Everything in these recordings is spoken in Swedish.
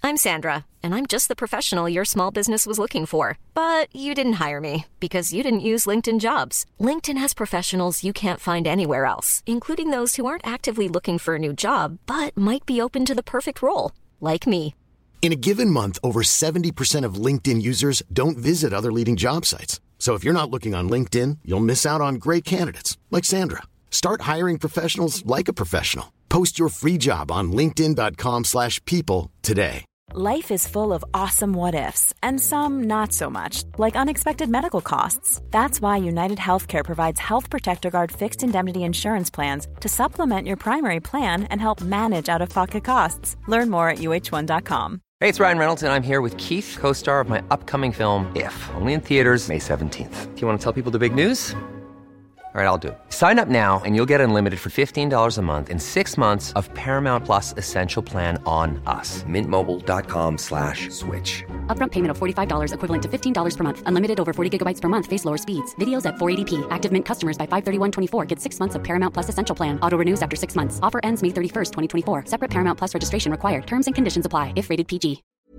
I'm Sandra, and I'm just the professional your small business was looking for. But you didn't hire me because you didn't use LinkedIn Jobs. LinkedIn has professionals you can't find anywhere else, including those who aren't actively looking for a new job, but might be open to the perfect role, like me. In a given month, over 70% of LinkedIn users don't visit other leading job sites. So if you're not looking on LinkedIn, you'll miss out on great candidates like Sandra. Start hiring professionals like a professional. Post your free job on linkedin.com/people today. Life is full of awesome what-ifs, and some not so much, like unexpected medical costs. That's why United Healthcare provides Health Protector Guard fixed indemnity insurance plans to supplement your primary plan and help manage out-of-pocket costs. Learn more at uh1.com. Hey, it's Ryan Reynolds, and I'm here with Keith, co-star of my upcoming film, If, only in theaters May 17th. Do you want to tell people the big news? All right, I'll do it. Sign up now and you'll get unlimited for $15 a month and 6 months of Paramount Plus Essential Plan on us. MintMobile.com/switch. Upfront payment of $45 equivalent to $15 per month. Unlimited over 40 gigabytes per month. Face lower speeds. Videos at 480p. Active Mint customers by 531.24 get 6 months of Paramount Plus Essential Plan. Auto renews after 6 months. Offer ends May 31st, 2024. Separate Paramount Plus registration required. Terms and conditions apply if rated PG.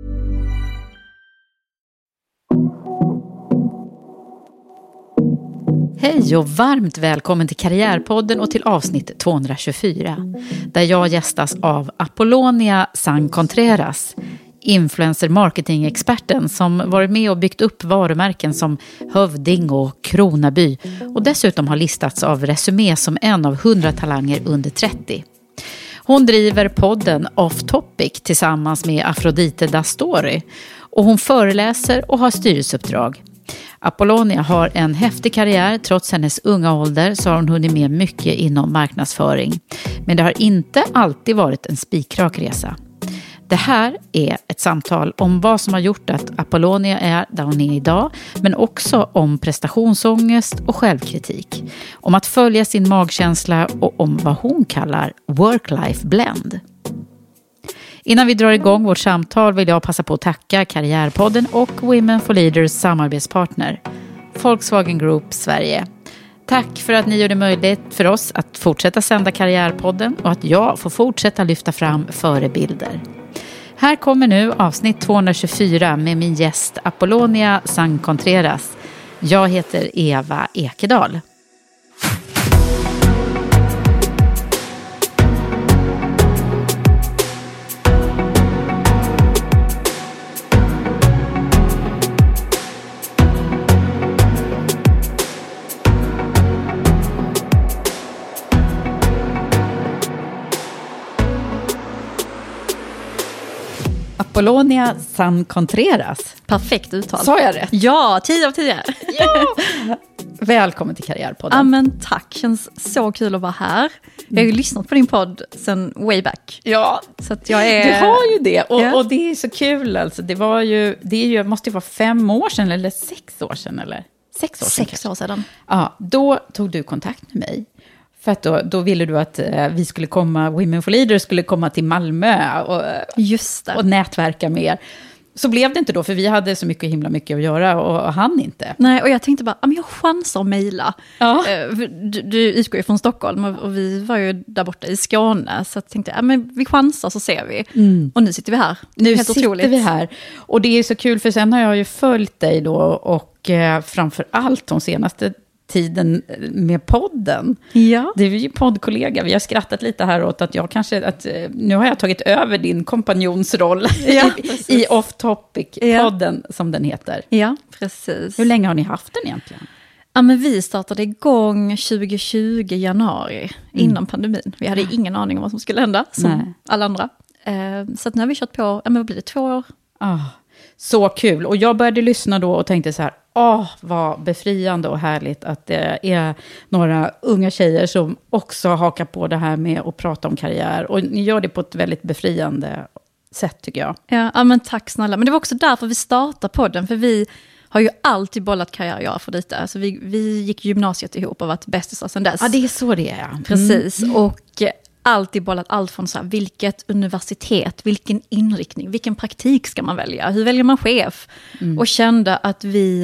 Hej och varmt välkommen till Karriärpodden och till avsnitt 224, där jag gästas av Apollonia San Contreras, influencer marketing-experten som varit med och byggt upp varumärken som Hövding och Kronaby och dessutom har listats av Resumé som en av 100 talanger under 30. Hon driver podden Off Topic tillsammans med Afrodite Dastori och hon föreläser och har styrelseuppdrag. Apollonia har en häftig karriär. Trots hennes unga ålder så har hon hunnit med mycket inom marknadsföring. Men det har inte alltid varit en spikrak resa. Det här är ett samtal om vad som har gjort att Apollonia är där hon är idag, men också om prestationsångest och självkritik. Om att följa sin magkänsla och om vad hon kallar work-life blend. Innan vi drar igång vårt samtal vill jag passa på att tacka Karriärpodden och Women for Leaders samarbetspartner, Volkswagen Group Sverige. Tack för att ni gör det möjligt för oss att fortsätta sända Karriärpodden och att jag får fortsätta lyfta fram förebilder. Här kommer nu avsnitt 224 med min gäst Apollonia San Contreras. Jag heter Eva Ekedal. Apollonia San Contreras. Perfekt uttal. Sa jag rätt? Ja, 10 av 10. Ja. Välkommen till Karriärpodden. Ja, men tack. Känns så kul att vara här. Jag har ju lyssnat på din podd sen way back. Ja, så att jag är... du har ju det. Och, ja. och det är så kul. Alltså. Det måste ju vara 5 år sedan eller 6 år sedan. Eller 6 år sedan. 6 år sedan. Ja, då tog du kontakt med mig. För att då ville du att vi skulle komma, Women for Leaders skulle komma till Malmö Just det. Och nätverka med er. Så blev det inte då, för vi hade så himla mycket att göra och han inte. Nej, och jag tänkte bara, jag chansar att mejla. Ja. Du utgår ju från Stockholm och vi var ju där borta i Skåne. Så jag tänkte, men vi chansar så ser vi. Mm. Och nu sitter vi här. Nu helt sitter otroligt. vi här. Och det är så kul, för sen har jag ju följt dig då och framför allt de senaste tiden med podden. Ja. Det är ju poddkollega. Vi har skrattat lite här åt att nu har jag tagit över din kompanjonsroll i Off Topic-podden som den heter. Ja, precis. Hur länge har ni haft den egentligen? Ja, men vi startade igång 2020 januari innan pandemin. Vi hade ingen aning om vad som skulle hända som alla andra. Så att nu har vi kört på, vad blir det, 2 år? Så kul. Och jag började lyssna då och tänkte så här, vad befriande och härligt att det är några unga tjejer som också hakar på det här med att prata om karriär. Och ni gör det på ett väldigt befriande sätt, tycker jag. Ja, men tack snälla. Men det var också därför vi startade podden, för vi har ju alltid bollat karriär, jag för lite. Alltså vi gick gymnasiet ihop och varit bästisar sedan dess. Ja, det är så det är. Precis, och alltid bollat allt från så här, vilket universitet, vilken inriktning, vilken praktik ska man välja, hur väljer man chef? Och kände att vi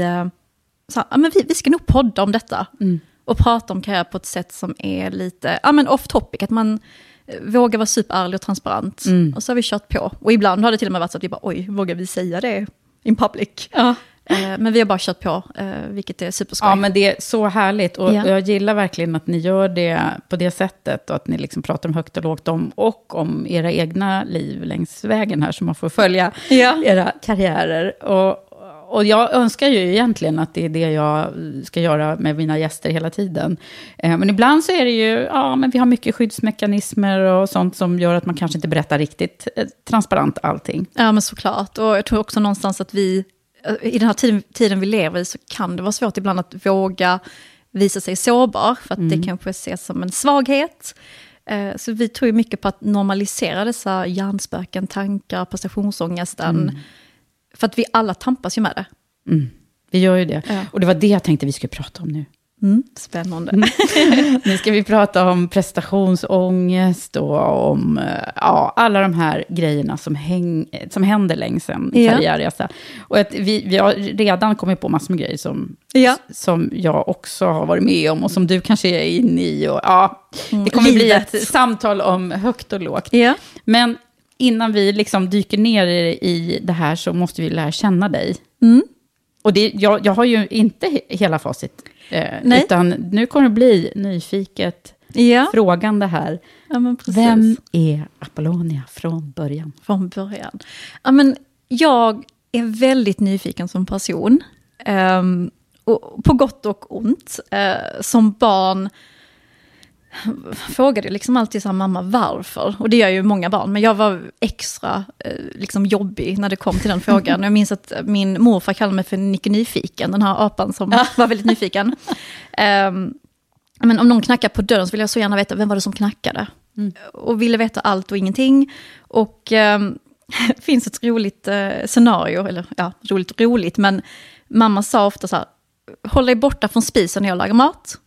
ska nog podda om detta och prata om karriär på ett sätt som är lite off topic, att våga vara superärlig och transparent. Och så har vi kört på. Och ibland har det till och med varit så att vi bara, oj, vågar vi säga det in public? Ja. Men vi har bara kört på, vilket är superskoj. Ja, men det är så härligt. Och jag gillar verkligen att ni gör det på det sättet. Och att ni liksom pratar om högt och lågt om era egna liv längs vägen här. Så man får följa era karriärer. Och jag önskar ju egentligen att det är det jag ska göra med mina gäster hela tiden. Men ibland så är det ju, men vi har mycket skyddsmekanismer och sånt som gör att man kanske inte berättar riktigt transparent allting. Ja, men såklart. Och jag tror också någonstans att vi, i den här tiden vi lever i, så kan det vara svårt ibland att våga visa sig sårbar. För att det kanske ses som en svaghet. Så vi tror ju mycket på att normalisera dessa hjärnspöken, tankar, prestationsångesten. För att vi alla tampas ju med det. Vi gör ju det. Ja. Och det var det jag tänkte vi skulle prata om nu. Spännande. Nu ska vi prata om prestationsångest och om alla de här grejerna som händer längs en karriärresa. Och att vi har redan kommit på massor med grejer som jag också har varit med om och som du kanske är inne i. Och, det kommer bli ett samtal om högt och lågt. Ja. Men innan vi liksom dyker ner i det här så måste vi lära känna dig. Och jag har ju inte hela facit. Utan nu kommer det bli nyfiket frågande här. Ja, men precis. Vem är Apollonia från början? Från början. Ja, men jag är väldigt nyfiken som person. Och på gott och ont. Som barn frågade liksom alltid så här, mamma, varför? Och det gör ju många barn, men jag var extra liksom jobbig när det kom till den frågan. Jag minns att min morfar kallade mig för Nicke Nyfiken, den här apan som var väldigt nyfiken. Men om någon knackar på dörren så vill jag så gärna veta vem var det som knackade. Och ville veta allt och ingenting. Och finns ett roligt scenario, eller roligt, men mamma sa ofta så här, håll dig borta från spisen när jag lagar mat.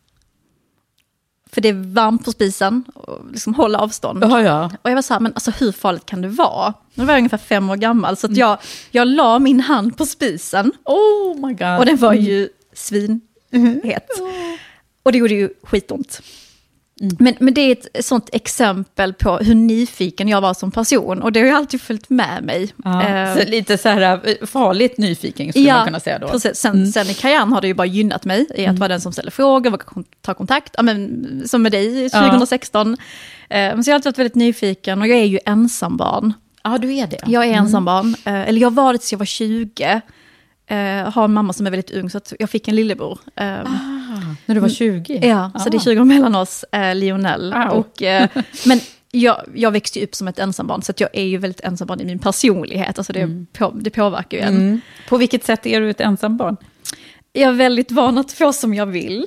För det är varmt på spisen och liksom hålla avstånd. Ja. Och jag var så här, men alltså hur farligt kan det vara? Nu var jag ungefär 5 år gammal så att jag la min hand på spisen. Oh my god. Och den var ju svinhet. Och det gjorde ju skitont. Men det är ett sånt exempel på hur nyfiken jag var som person. Och det har ju alltid följt med mig. Så lite så här farligt nyfiken skulle man kunna säga då. Precis. Sen i karriären har det ju bara gynnat mig i att vara den som ställer frågor, våga ta kontakt. Ja, men, som med dig 2016. Men så jag har alltid varit väldigt nyfiken och jag är ju ensambarn. Ja, du är det. Jag är ensambarn. Eller jag var det tills jag var 20. Har en mamma som är väldigt ung så att jag fick en lillebror. När du var 20? Ja, så det är 20 år mellan oss, Lionel. Och, men jag växte ju upp som ett ensambarn så att jag är ju väldigt ensambarn i min personlighet. Alltså det påverkar ju en. På vilket sätt är du ett ensambarn? Jag är väldigt van att få som jag vill.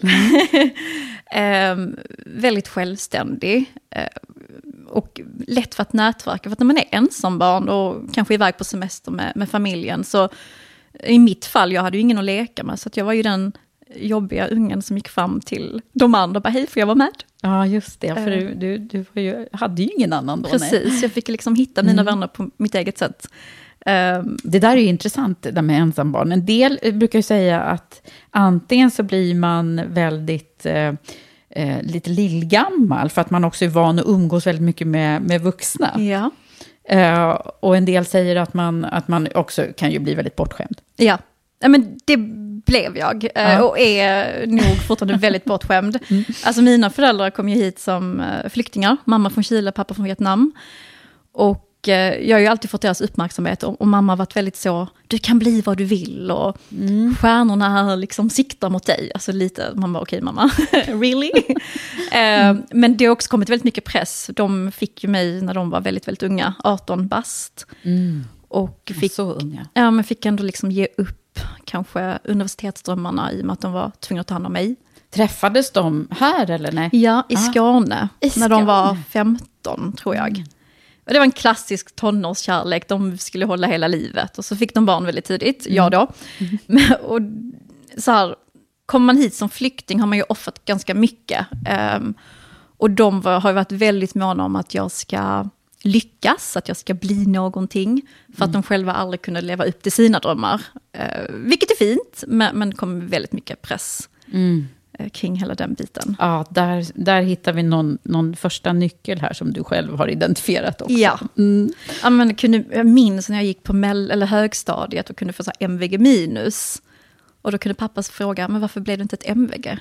Väldigt självständig. Och lätt för att nätverka. För att när man är ensambarn och kanske iväg på semester med familjen så i mitt fall, jag hade ju ingen att leka med så att jag var ju den jobbiga ungen som gick fram till de andra och bara, hej, får jag vara med? Ja, just det, för du hade ju ingen annan då. Precis, jag fick liksom hitta mina vänner på mitt eget sätt. Det där är ju intressant, det med ensambarn. En del brukar ju säga att antingen så blir man väldigt lite lillgammal för att man också är van att umgås väldigt mycket med vuxna. Ja. Och en del säger att man också kan ju bli väldigt bortskämd. Ja, men det blev jag. Och är nog fortfarande väldigt bortskämd. Alltså mina föräldrar kom ju hit som flyktingar. Mamma från Chile, pappa från Vietnam. Och jag har ju alltid fått deras uppmärksamhet. Och mamma har varit väldigt så, du kan bli vad du vill. Och stjärnorna här liksom siktar mot dig. Alltså lite, man bara, okej mamma, really? Men det har också kommit väldigt mycket press. De fick ju mig när de var väldigt, väldigt unga, 18 bast. Och fick, så unga. Ja, men fick ändå liksom ge upp kanske universitetsdrömmarna i och med att de var tvungna att ta hand om mig. Träffades de här eller nej? Ja, i Skåne. När de var 15 tror jag. Och det var en klassisk tonårskärlek. De skulle hålla hela livet. Och så fick de barn väldigt tidigt. Jag då. Och så här, kommer man hit som flykting har man ju offrat ganska mycket. Och de har ju varit väldigt måna om att jag ska lyckas. Att jag ska bli någonting. För att de själva aldrig kunde leva upp till sina drömmar. Vilket är fint. Men det kommer väldigt mycket press. kring hela den biten. Ja, där hittar vi någon första nyckel här som du själv har identifierat också. Ja, ja men jag minns när jag gick på högstadiet och kunde få så här MVG minus. Och då kunde pappa fråga, men varför blev det inte ett MVG?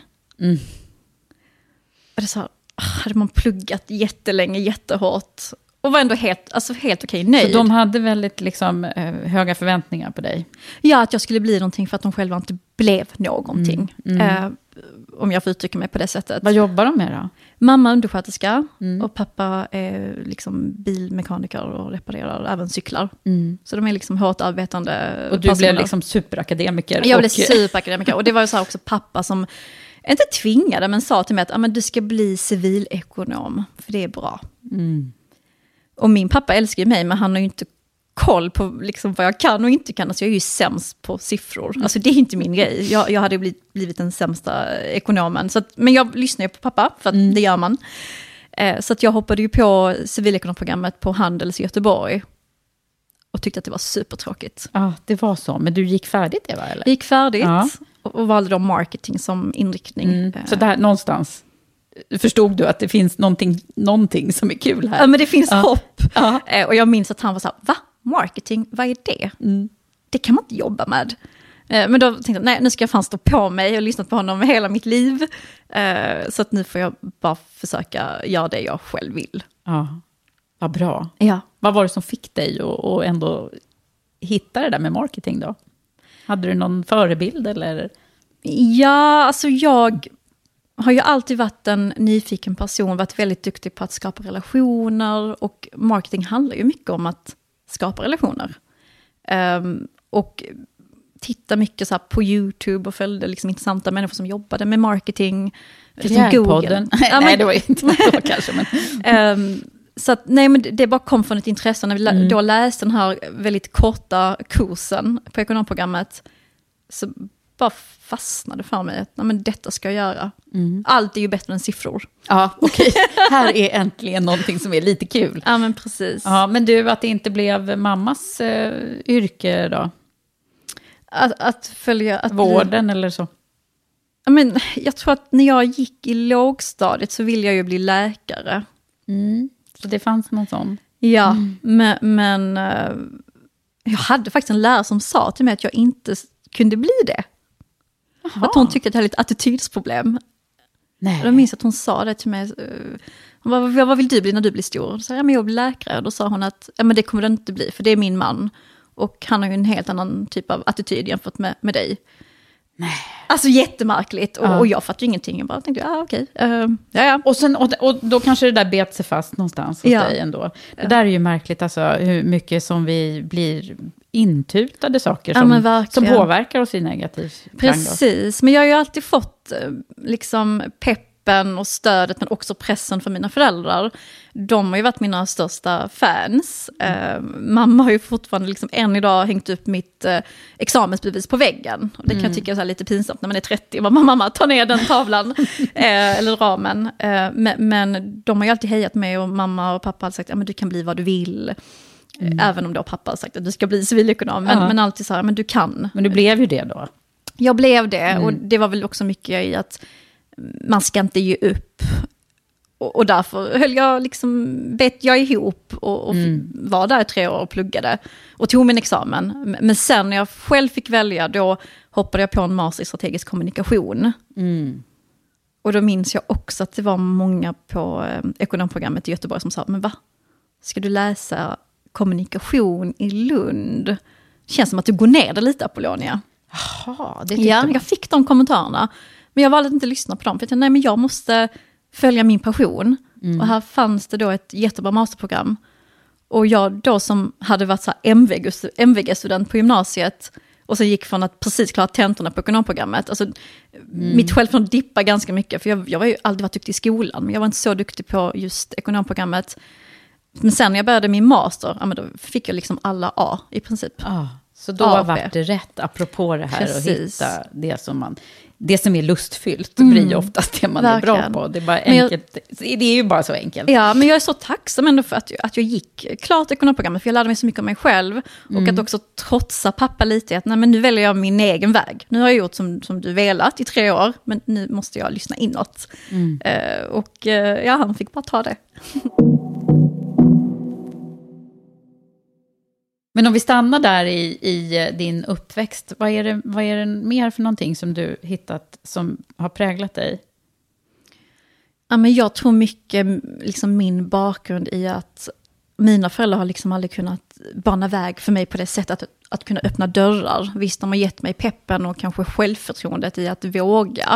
Och det så hade man pluggat jättelänge, jättehårt. Och var ändå helt okej nöjd. Så de hade väldigt liksom, höga förväntningar på dig? Ja, att jag skulle bli någonting för att de själva inte blev någonting. Om jag får uttrycka mig på det sättet. Vad jobbar de med då? Mamma undersköterska och pappa är liksom bilmekaniker och reparerar även cyklar. Så de är liksom hårt arbetande och du blev liksom superakademiker? Jag blev superakademiker. Och det var ju så här också pappa som inte tvingade men sa till mig att du ska bli civilekonom för det är bra. Och min pappa älskar ju mig men han har ju inte koll på liksom vad jag kan och inte kan. Alltså jag är ju sämst på siffror. Alltså det är inte min grej. Jag hade blivit den sämsta ekonomen. Men jag lyssnar ju på pappa, för att det gör man. Så att jag hoppade ju på civilekonomprogrammet på Handels i Göteborg. Och tyckte att det var supertråkigt. Ja, det var så. Men du gick färdigt, Eva, eller? Jag gick färdigt och valde då marketing som inriktning. Så där någonstans förstod du att det finns någonting som är kul här? Ja, men det finns hopp. Och jag minns att han var så här, va? Marketing, vad är det? Det kan man inte jobba med. Men då tänkte jag, nej, nu ska jag fan stå på mig. Jag har lyssnat på honom hela mitt liv. Så att nu får jag bara försöka göra det jag själv vill. Ja, vad bra. Ja. Vad var det som fick dig att ändå hitta det där med marketing då? Hade du någon förebild eller? Ja, alltså jag har ju alltid varit en nyfiken person. Varit väldigt duktig på att skapa relationer. Och marketing handlar ju mycket om att skapa relationer. Och titta mycket så här på YouTube och följde liksom intressanta människor som jobbade med marketing. Karriärpodden. Nej, det var inte då kanske. Men. Så att, nej, men det bara kom från ett intresse. När vi då läste den här väldigt korta kursen på ekonomprogrammet så bara fastnade för mig att men detta ska jag göra. Allt är ju bättre än siffror. Ja, okej. Här är äntligen någonting som är lite kul. Ja, men precis. Ja, men du, att det inte blev mammas yrke då? Att följa... Vården eller så? Ja, men jag tror att när jag gick i lågstadiet så ville jag ju bli läkare. Så det fanns någon sån? Ja, men jag hade faktiskt en lärare som sa till mig att jag inte kunde bli det. Aha. Att hon tyckte att jag hade ett attitydsproblem. Nej. Då minns jag att hon sa det till mig. Vad vill du bli när du blir stor? Så jag vill bli läkare. Då sa hon att men det kommer det inte bli, för det är min man. Och han har ju en helt annan typ av attityd jämfört med dig. Nej. Alltså jättemärkligt. Och jag fattade ju ingenting. Jag bara tänkte, okej. Ja. Och då kanske det där bet sig fast någonstans hos dig ändå. Det där är ju märkligt, alltså, hur mycket som vi blir intutade saker som påverkar oss i negativ klang. Precis, men jag har ju alltid fått liksom peppen och stödet, men också pressen från mina föräldrar. De har ju varit mina största fans. Mamma har ju fortfarande liksom än idag hängt upp mitt examensbevis på väggen. Och det kan jag tycka är så här lite pinsamt när man är 30. Mamma, ta ner den tavlan eller ramen. Men de har ju alltid hejat mig, och mamma och pappa har sagt att du kan bli vad du vill. Även om då pappa har sagt att du ska bli civilekonom. Men alltid så här, men du kan. Men du blev ju det då? Jag blev det. Och det var väl också mycket i att man ska inte ge upp. Och därför höll jag bet jag ihop och var där i 3 år och pluggade. Och tog min examen. Men sen när jag själv fick välja, då hoppade jag på en master i strategisk kommunikation. Och då minns jag också att det var många på ekonomprogrammet i Göteborg som sa, men va? Ska du läsa kommunikation i Lund? Det känns som att du går ner det lite, Apollonia. Jaha, det jag fick de kommentarerna. Men jag valde att inte lyssna på dem. För jag tänkte, men jag måste följa min passion. Och här fanns det då ett jättebra masterprogram. Och jag då som hade varit så här MVG-student på gymnasiet. Och så gick från att precis klara tentorna på ekonomprogrammet. Alltså, mitt självförtroende dippade ganska mycket. För jag var ju aldrig varit duktig i skolan. Men jag var inte så duktig på just ekonomprogrammet. Men sen när jag började min master, då fick jag liksom alla A i princip. Så då var det rätt, apropå det här, Precis. att hitta det som är lustfyllt blir ju oftast det man verkligen är bra på. Det är bara enkelt. Det är ju bara så enkelt. Ja, men jag är så tacksam ändå för att jag gick klart ekonomprogrammet, för jag lärde mig så mycket om mig själv. Och att också trotsa pappa lite, att nej, men nu väljer jag min egen väg. Nu har jag gjort som du velat i 3 år, men nu måste jag lyssna inåt. Han fick bara ta det. Men om vi stannar där i din uppväxt, vad är det mer för någonting som du hittat som har präglat dig? Ja, men jag tror mycket liksom min bakgrund i att mina föräldrar har liksom aldrig kunnat bana väg för mig på det sättet att kunna öppna dörrar. Visst, de har gett mig peppen och kanske självförtroendet i att våga.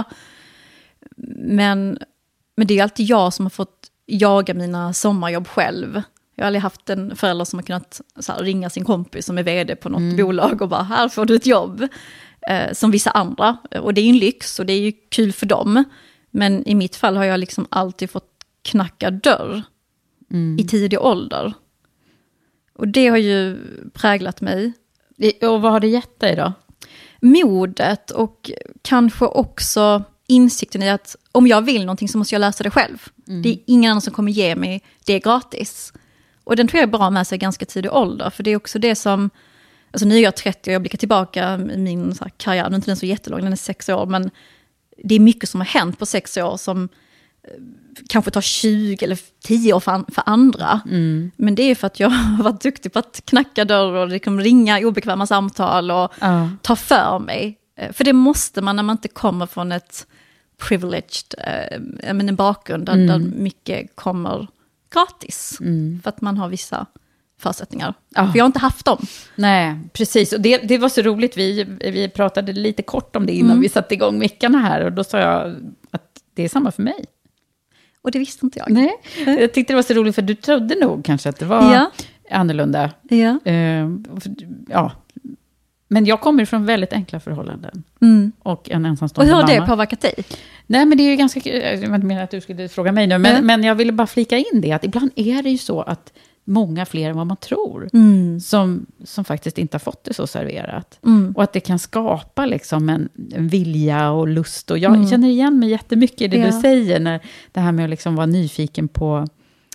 Men det är alltid jag som har fått jaga mina sommarjobb själv. Jag har aldrig haft en förälder som har kunnat ringa sin kompis som är vd på något bolag och bara, här får du ett jobb. Som vissa andra. Och det är en lyx och det är ju kul för dem. Men i mitt fall har jag liksom alltid fått knacka dörr i tidig ålder. Och det har ju präglat mig. Och vad har det gett dig då? Modet och kanske också insikten i att om jag vill någonting så måste jag lösa det själv. Det är ingen annan som kommer ge mig det gratis. Och den tror jag är bra med sig ganska tidig ålder. För det är också det som, alltså nu är jag 30 och jag blickar tillbaka i min karriär. Nu är inte den så jättelång, den är 6 år. Men det är mycket som har hänt på 6 år som kanske tar 20 eller 10 år för andra. Men det är för att jag har varit duktig på att knacka dörr och liksom ringa obekväma samtal och ta för mig. För det måste man när man inte kommer från ett privileged en bakgrund där mycket kommer gratis. För att man har vissa förutsättningar. För jag har inte haft dem. Nej, precis. Och det var så roligt. Vi pratade lite kort om det innan vi satte igång mickarna här. Och då sa jag att det är samma för mig. Och det visste inte jag. Nej, jag tyckte det var så roligt för du trodde nog kanske att det var annorlunda. Ja. Ja. Men jag kommer från väldigt enkla förhållanden. Och en ensamstående mamma. Och hur har det påverkat dig? Nej, men det är ju ganska... Jag menar att du skulle fråga mig nu. Men jag ville bara flika in det. Att ibland är det ju så att många fler än vad man tror. Som faktiskt inte har fått det så serverat. Och att det kan skapa liksom en vilja och lust. Och jag känner igen mig jättemycket i det du säger. När det här med att liksom vara nyfiken på...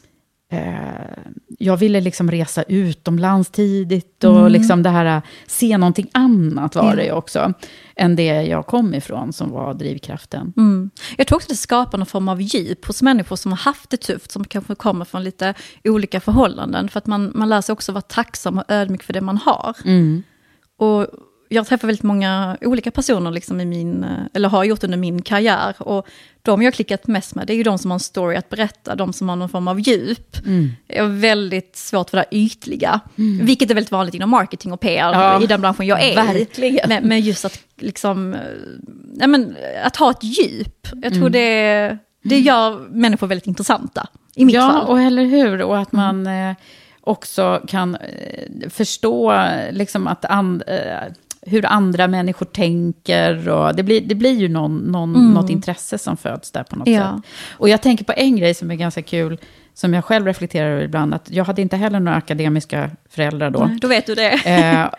jag ville liksom resa utomlands tidigt och liksom det här se någonting annat var det ju också än det jag kom ifrån som var drivkraften. Jag tror också det skapar någon form av djup hos människor som har haft det tufft, som kanske kommer från lite olika förhållanden, för att man lär sig också vara tacksam och ödmjuk för det man har. Och jag träffar väldigt många olika personer liksom eller har gjort under min karriär, och de jag har klickat mest med, det är ju de som har en story att berätta, de som har någon form av djup. Jag är väldigt svårt för det ytliga, vilket är väldigt vanligt inom marketing och PR i den branschen jag är. Verkligen. Men just att liksom, att ha ett djup, jag tror det gör människor väldigt intressanta i mitt fall. Ja, och eller hur, och att man också kan förstå liksom att hur andra människor tänker, och det blir ju något intresse som föds där på något sätt. Och jag tänker på en grej som är ganska kul, som jag själv reflekterar över ibland, att jag hade inte heller några akademiska föräldrar då. Nej, då vet du det.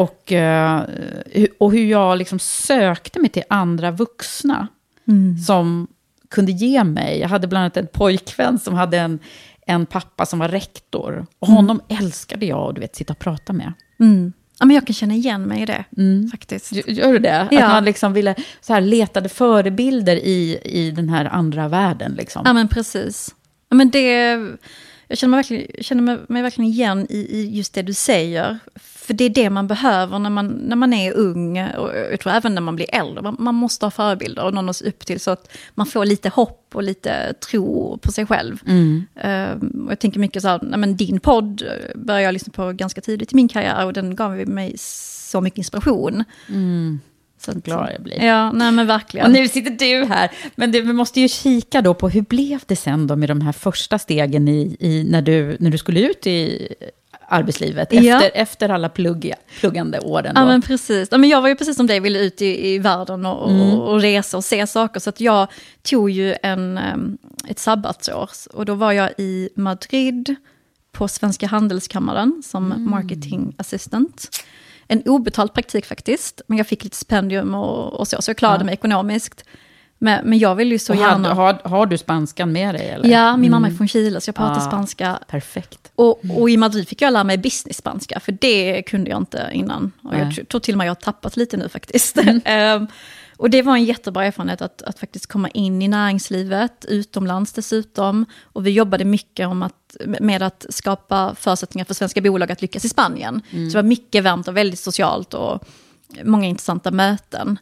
Och hur jag liksom sökte mig till andra vuxna som kunde ge mig. Jag hade bland annat en pojkvän som hade en pappa som var rektor, och honom älskade jag, och du vet, sitta och prata med. Ja, men jag kan känna igen mig i det, faktiskt. Gör du det? Ja. Att man liksom letade förebilder i den här andra världen. Liksom. Ja, men precis. Ja, men jag känner mig verkligen igen i just det du säger. För det är det man behöver när man är ung, och jag tror även när man blir äldre. Man måste ha förebilder och någon att se upp till, så att man får lite hopp och lite tro på sig själv. Och jag tänker mycket så här, men din podd började jag lyssna på ganska tidigt i min karriär, och den gav mig så mycket inspiration. Så glad jag blir. Ja, nej men verkligen. Och nu sitter du här. Men vi måste ju kika då på hur blev det sen då med de här första stegen när du skulle ut i arbetslivet efter alla pluggande åren då. Ja, men precis. Ja, men jag var ju precis som dig, ville ut i världen och resa och se saker, så att jag tog ju ett sabbatsår, och då var jag i Madrid på Svenska Handelskammaren som marketing assistant. en obetald praktik faktiskt. Men jag fick lite stipendium och så jag klarade mig ekonomiskt. Men jag vill ju så gärna... Har du spanskan med dig? Eller? Ja, min mamma är från Chile så jag pratar spanska. Perfekt. Och i Madrid fick jag lära mig business-spanska, för det kunde jag inte innan. Och jag tror till och med jag har tappat lite nu faktiskt. Och det var en jättebra erfarenhet att faktiskt komma in i näringslivet, utomlands dessutom. Och vi jobbade mycket med att skapa förutsättningar för svenska bolag att lyckas i Spanien. Så det var mycket varmt och väldigt socialt och många intressanta möten.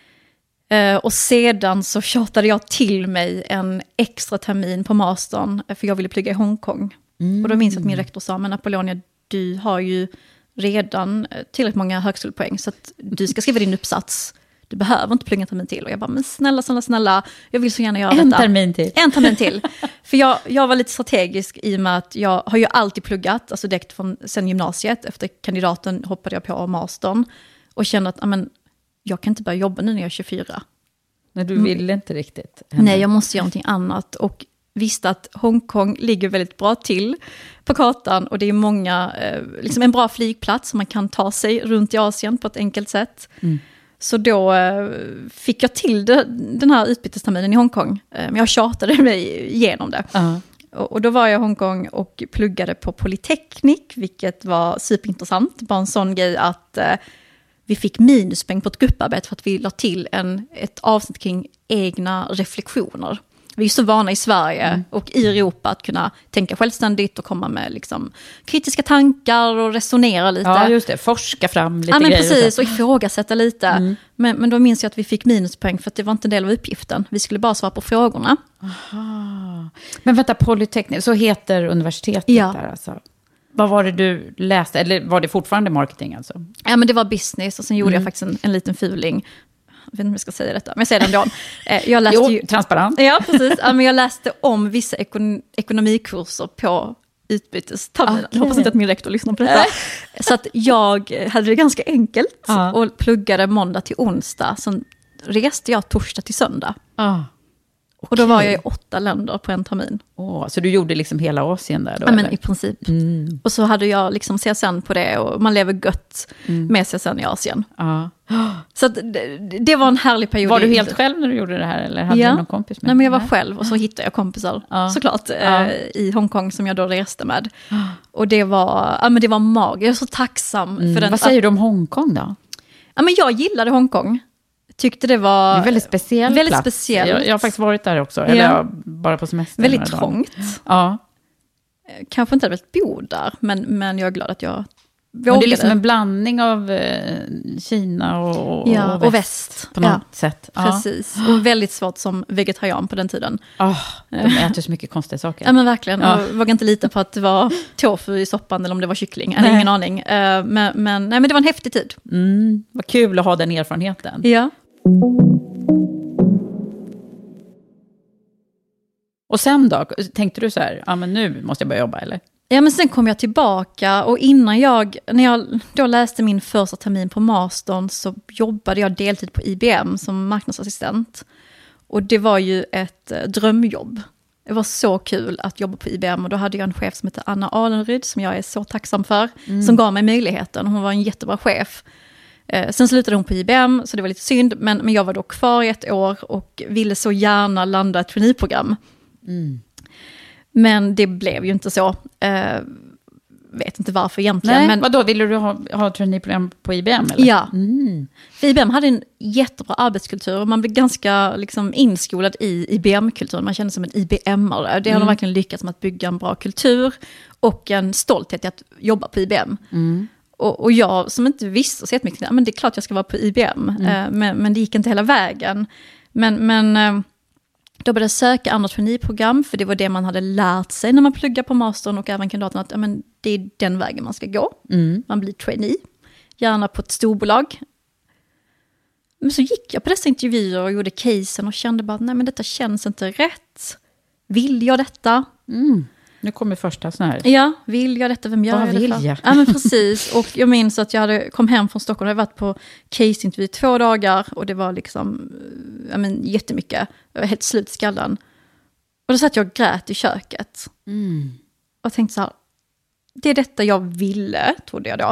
Och sedan så tjatade jag till mig en extra termin på mastern, för jag ville plugga i Hongkong. Och då minns jag att min rektor sa, men Apollonia, du har ju redan tillräckligt många högskolepoäng så att du ska skriva din uppsats. Du behöver inte plugga en termin till. Och jag bara, men snälla, jag vill så gärna göra detta. En termin till. För jag var lite strategisk i och med att jag har ju alltid pluggat, alltså direkt sen gymnasiet. Efter kandidaten hoppade jag på mastern och kände att jag kan inte börja jobba nu när jag är 24. Nej, du ville inte riktigt. Nej, jag måste göra någonting annat. Och visste att Hongkong ligger väldigt bra till på kartan. Och det är många, liksom en bra flygplats som man kan ta sig runt i Asien på ett enkelt sätt. Så då fick jag till den här utbytesterminen i Hongkong. Men jag tjatade mig igenom det. Och då var jag i Hongkong och pluggade på Polyteknik, vilket var superintressant. Bara en sån grej att vi fick minuspoäng på ett grupparbete för att vi la till ett avsnitt kring egna reflektioner. Vi är så vana i Sverige och i Europa att kunna tänka självständigt och komma med liksom kritiska tankar och resonera lite. Ja, just det. Forska fram lite grejer. Ja, men precis. Och ifrågasätta lite. Men då minns jag att vi fick minuspoäng för att det var inte en del av uppgiften. Vi skulle bara svara på frågorna. Aha. Men vänta, Polyteknik, så heter universitetet där alltså? Vad var det du läste? Eller var det fortfarande marketing alltså? Ja, men det var business och sen gjorde jag faktiskt en liten fuling. Jag vet inte om jag ska säga detta, men jag säger det ändå. Jag läste transparent. Ja, precis. Men jag läste om vissa ekonomikurser på utbytesterminen. Jag hoppas inte att min rektor lyssnar på detta. Så att jag hade det ganska enkelt och pluggade måndag till onsdag. Sen reste jag torsdag till söndag. Och då var jag i 8 länder på en termin. Så du gjorde liksom hela Asien där då? Ja, men i princip. Och så hade jag liksom CSN på det och man lever gött med CSN i Asien. Så att det var en härlig period. Var du helt själv när du gjorde det här eller hade du någon kompis med? Nej, men jag var själv och så hittade jag kompisar såklart i Hongkong som jag då reste med. Och det var magiskt. Jag är så tacksam för den. Vad säger du om Hongkong då? Ja, men jag gillade Hongkong. Tyckte det var en väldigt speciell plats. Speciellt. Jag har faktiskt varit där också. Eller bara på semester. Väldigt trångt. Kanske inte hade velat bo där. Men jag är glad att jag vågade. Det är liksom en blandning av Kina och väst på något sätt. Precis. Och väldigt svårt som vegetarian på den tiden. De äter så mycket konstiga saker. Ja, men verkligen. Jag vågade inte lita på att det var tofu i soppan eller om det var kyckling. Jag hade ingen aning. Men det var en häftig tid. Vad kul att ha den erfarenheten. Ja. Och sen då? Tänkte du så här, men nu måste jag börja jobba eller? Ja, men sen kom jag tillbaka och när jag då läste min första termin på mastern så jobbade jag deltid på IBM som marknadsassistent. Och det var ju ett drömjobb. Det var så kul att jobba på IBM och då hade jag en chef som heter Anna Alenryd som jag är så tacksam för, som gav mig möjligheten. Hon var en jättebra chef. Sen slutade hon på IBM så det var lite synd, men jag var då kvar i 1 år och ville så gärna landa ett traineeprogram. Men det blev ju inte så. Vet inte varför egentligen. Nej, men vadå, ville du ha traineeprogram på IBM? Eller? Ja. För IBM hade en jättebra arbetskultur och man blev ganska liksom inskolad i IBM-kulturen. Man kände som en IBM-are. Det har de verkligen lyckats med att bygga en bra kultur och en stolthet i att jobba på IBM. Och jag som inte visste så mycket, men det är klart jag ska vara på IBM. Men det gick inte hela vägen. Men då började jag söka andra traineeprogram, för det var det man hade lärt sig när man pluggar på mastern och även kandidaten att det är den vägen man ska gå. Man blir trainee, gärna på ett storbolag. Men så gick jag på dessa intervjuer och gjorde casen och kände bara, nej men detta känns inte rätt. Vill jag detta? Nu kommer första sån här. Ja, vill jag detta? Vem gör jag det för? Ja, men precis. Och jag minns att jag kom hem från Stockholm. Jag hade varit på caseintervju 2 dagar. Och det var liksom jättemycket. Jag var helt slut i skallen. Och då satt jag och grät i köket. Och tänkte så här, det är detta jag ville, trodde jag då.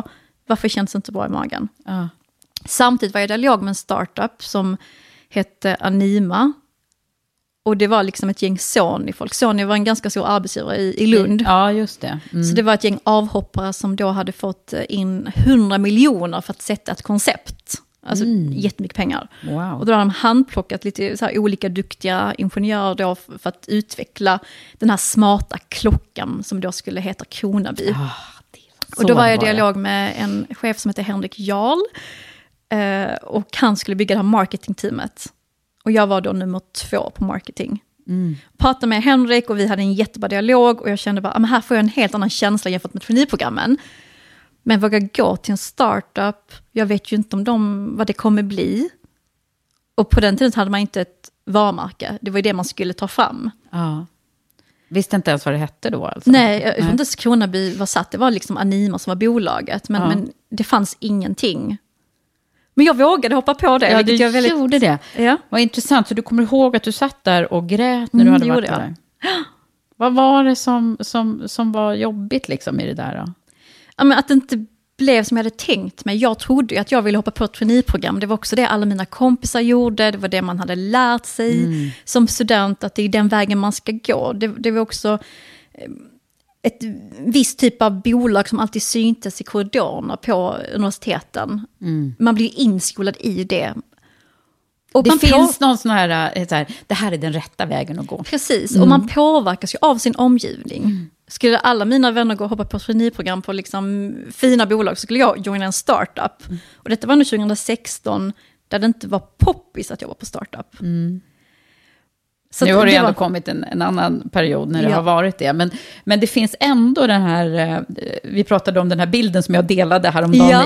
Varför känns det inte bra i magen? Samtidigt var jag i dialog med en startup som hette Anima. Och det var liksom ett gäng Sony-folk. Sony var en ganska stor arbetsgivare i Lund. Ja, just det. Så det var ett gäng avhoppare som då hade fått in 100 miljoner för att sätta ett koncept. Alltså jättemycket pengar. Wow. Och då har de handplockat lite så här olika duktiga ingenjörer då för att utveckla den här smarta klockan som då skulle heta Kronaby. Och då var jag i dialog med en chef som heter Henrik Jarl. Och han skulle bygga det här marketingteamet. Och jag var då nummer 2 på marketing. Pratade med Henrik och vi hade en jättebra dialog. Och jag kände bara, men här får jag en helt annan känsla jämfört med traineeprogrammen. Men våga gå till en startup, jag vet ju inte om vad det kommer bli. Och på den tiden hade man inte ett varumärke. Det var ju det man skulle ta fram. Ja. Visste inte ens vad det hette då? Alltså. Nej, jag tror inte att Kronaby var satt. Det var liksom Anima som var bolaget. Men det fanns ingenting. Men jag vågade hoppa på det. Ja, du gjorde det. Ja. Vad intressant. Så du kommer ihåg att du satt där och grät när du hade varit där? Vad var det som var jobbigt liksom i det där då? Ja, men att det inte blev som jag hade tänkt mig. Jag trodde ju att jag ville hoppa på ett traineeprogram. Det var också det alla mina kompisar gjorde. Det var det man hade lärt sig som student. Att det är den vägen man ska gå. Det var också ett visst typ av bolag som alltid syntes i korridorerna på universiteten. Man blir inskolad i det. Och det finns någon sån här, det här är den rätta vägen att gå. Precis, och man påverkas ju av sin omgivning. Skulle alla mina vänner gå och hoppa på ett traineeprogram på liksom fina bolag så skulle jag joina en startup. Och detta var nu 2016 där det inte var poppis att jobba på startup. Så nu har det ändå kommit en annan period när det har varit det. Men det finns ändå den här, vi pratade om den här bilden som jag delade häromdagen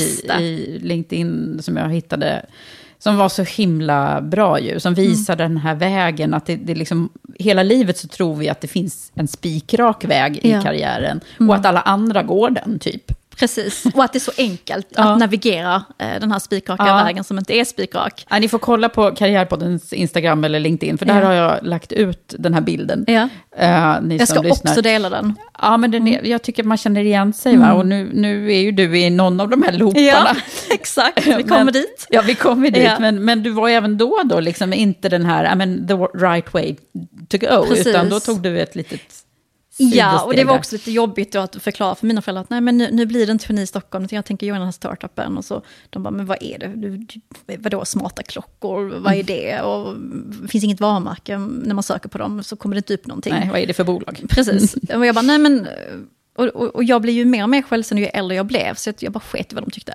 i LinkedIn som jag hittade. Som var så himla bra ju. Som visade den här vägen. Att det liksom, hela livet så tror vi att det finns en spikrak väg i karriären. Och att alla andra går den typ. Precis, och att det är så enkelt att navigera den här spikraka vägen som inte är spikrak. Ja, ni får kolla på Karriärpoddens Instagram eller LinkedIn, för där har jag lagt ut den här bilden. Ja. Jag ska också dela den. Ja, men jag tycker att man känner igen sig, va? Och nu är ju du i någon av de här looparna. Ja, exakt, vi kommer dit. Ja, vi kommer dit, men du var ju även då liksom inte den här, the right way to go, precis. Utan då tog du ett litet... Ja, och det var också lite jobbigt då att förklara för mina föräldrar att nej, men nu blir det inte turné i Stockholm, jag tänker göra den här startupen. Och så de bara, men vad är det? Vadå smarta klockor? Vad är det? Och det finns inget varumärke när man söker på dem så kommer det inte upp någonting. Nej, vad är det för bolag? Precis. Och jag bara, nej men... Och jag blev ju mer och mer självständig ju äldre jag blev, så jag bara sket i vad de tyckte.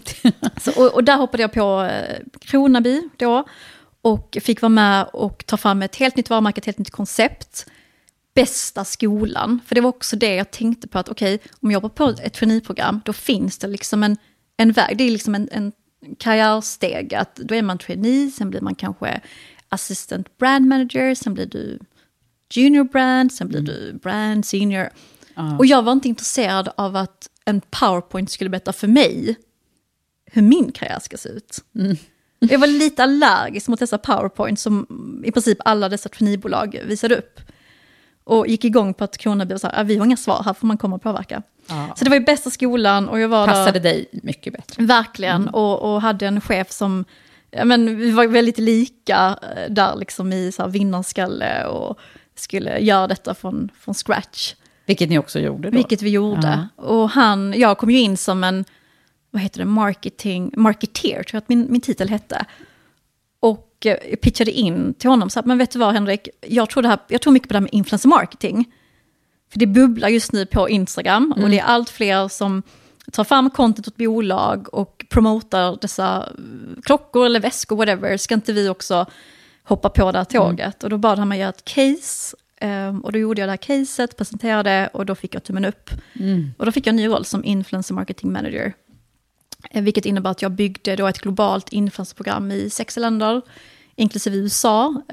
Så, och där hoppade jag på Kronaby då och fick vara med och ta fram ett helt nytt varumärke, ett helt nytt koncept. Bästa skolan, för det var också det jag tänkte på att okej, om jag jobbar på ett traineeprogram då finns det liksom en väg, det är liksom en karriärsteg, att då är man trainee, sen blir man kanske assistant brand manager, sen blir du junior brand, sen blir du brand senior. Och jag var inte intresserad av att en PowerPoint skulle berätta för mig hur min karriär ska se ut. Jag var lite allergisk mot dessa PowerPoint som i princip alla dessa traineebolag visade upp. Och gick igång på att Kronaby och sa, vi har inga svar, här får man komma och påverka. Så det var ju bästa skolan och jag var passade där, dig mycket bättre. Verkligen, och hade en chef som, vi var väldigt lika där liksom i så här vinnarskalle och skulle göra detta från scratch. Vilket ni också gjorde då. Vilket vi gjorde. Och jag kom ju in som en, vad heter det, marketeer, tror jag att min titel hette. Och jag pitchade in till honom så att, men vet du vad Henrik, jag tror mycket på det här med influencer marketing. För det bubblar just nu på Instagram och det är allt fler som tar fram content åt bolag och promotar dessa klockor eller väskor, whatever. Ska inte vi också hoppa på det här tåget? Och då bad han mig göra ett case och då gjorde jag det här caset, presenterade och då fick jag tummen upp. Och då fick jag en ny roll som influencer marketing manager. Vilket innebär att jag byggde då ett globalt influencerprogram i 6 länder, inklusive USA.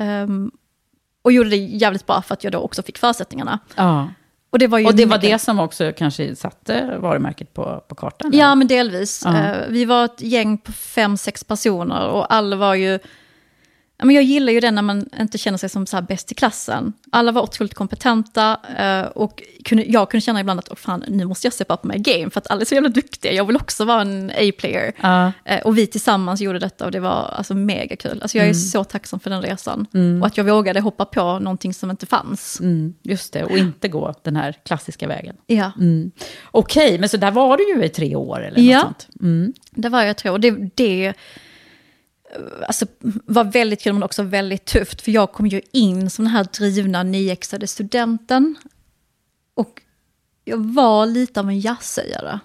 Och gjorde det jävligt bra för att jag då också fick förutsättningarna. Ja. Och det var ju det som också kanske satte varumärket på kartan? Ja, men delvis. Vi var ett gäng på 5-6 personer och alla var ju Men jag gillar ju det när man inte känner sig som så här bäst i klassen. Alla var otroligt kompetenta och jag kunde känna ibland att fan, nu måste jag steppa upp my game för att alla är så jävla duktiga. Jag vill också vara en A-player. Och vi tillsammans gjorde detta och det var alltså mega kul. Alltså jag är så tacksam för den resan. Och att jag vågade hoppa på någonting som inte fanns. Just det, och inte gå den här klassiska vägen. Ja. Okej, men så där var du ju i 3 år eller något sånt. Det var jag tror. Och det alltså, var väldigt kul men också väldigt tufft. För jag kom ju in som den här drivna nyexade studenten. Och jag var lite av en jazzsägare.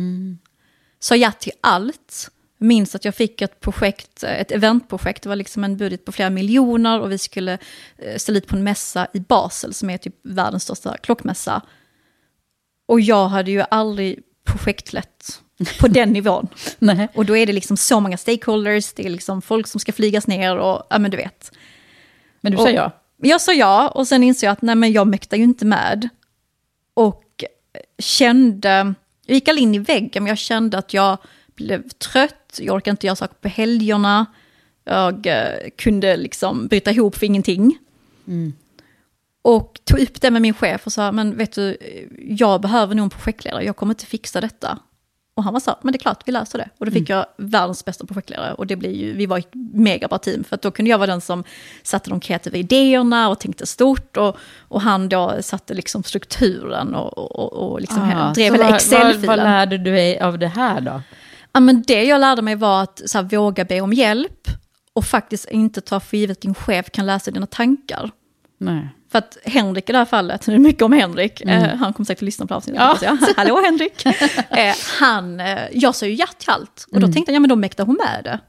Sa ja till allt. Minns att jag fick ett eventprojekt. Det var liksom en budget på flera miljoner. Och vi skulle ställa ut på en mässa i Basel som är typ världens största klockmässa. Och jag hade ju aldrig projektlett på den nivån. Nej. Och då är det liksom så många stakeholders, det är liksom folk som ska flygas ner och ja men du vet. Men du sa ja? Jag sa ja och sen insåg jag att nej men jag mäktar ju inte med. Och jag gick all in i väggen men jag kände att jag blev trött, jag orkade inte göra saker på helgerna. Jag kunde liksom bryta ihop för ingenting. Och tog upp det med min chef och sa, men vet du, jag behöver nog en projektledare, jag kommer inte fixa detta. Och han var så, men det är klart, vi löser det. Och då fick jag världens bästa projektledare. Och det blev ju, vi var ett mega bra team. För att då kunde jag vara den som satte de kreativa idéerna och tänkte stort. Och han då satte liksom strukturen och liksom drev hela Excel-filen. Vad lärde du dig av det här då? Ja, men det jag lärde mig var att så här, våga be om hjälp. Och faktiskt inte ta för givet att din chef kan läsa dina tankar. Nej. För att Henrik i det här fallet, det är mycket om Henrik, han kommer säkert att lyssna på avsnittet. Ja. Hallå Henrik! Jag sa ju ja till allt. Och då tänkte jag, ja men då mäktar hon med det.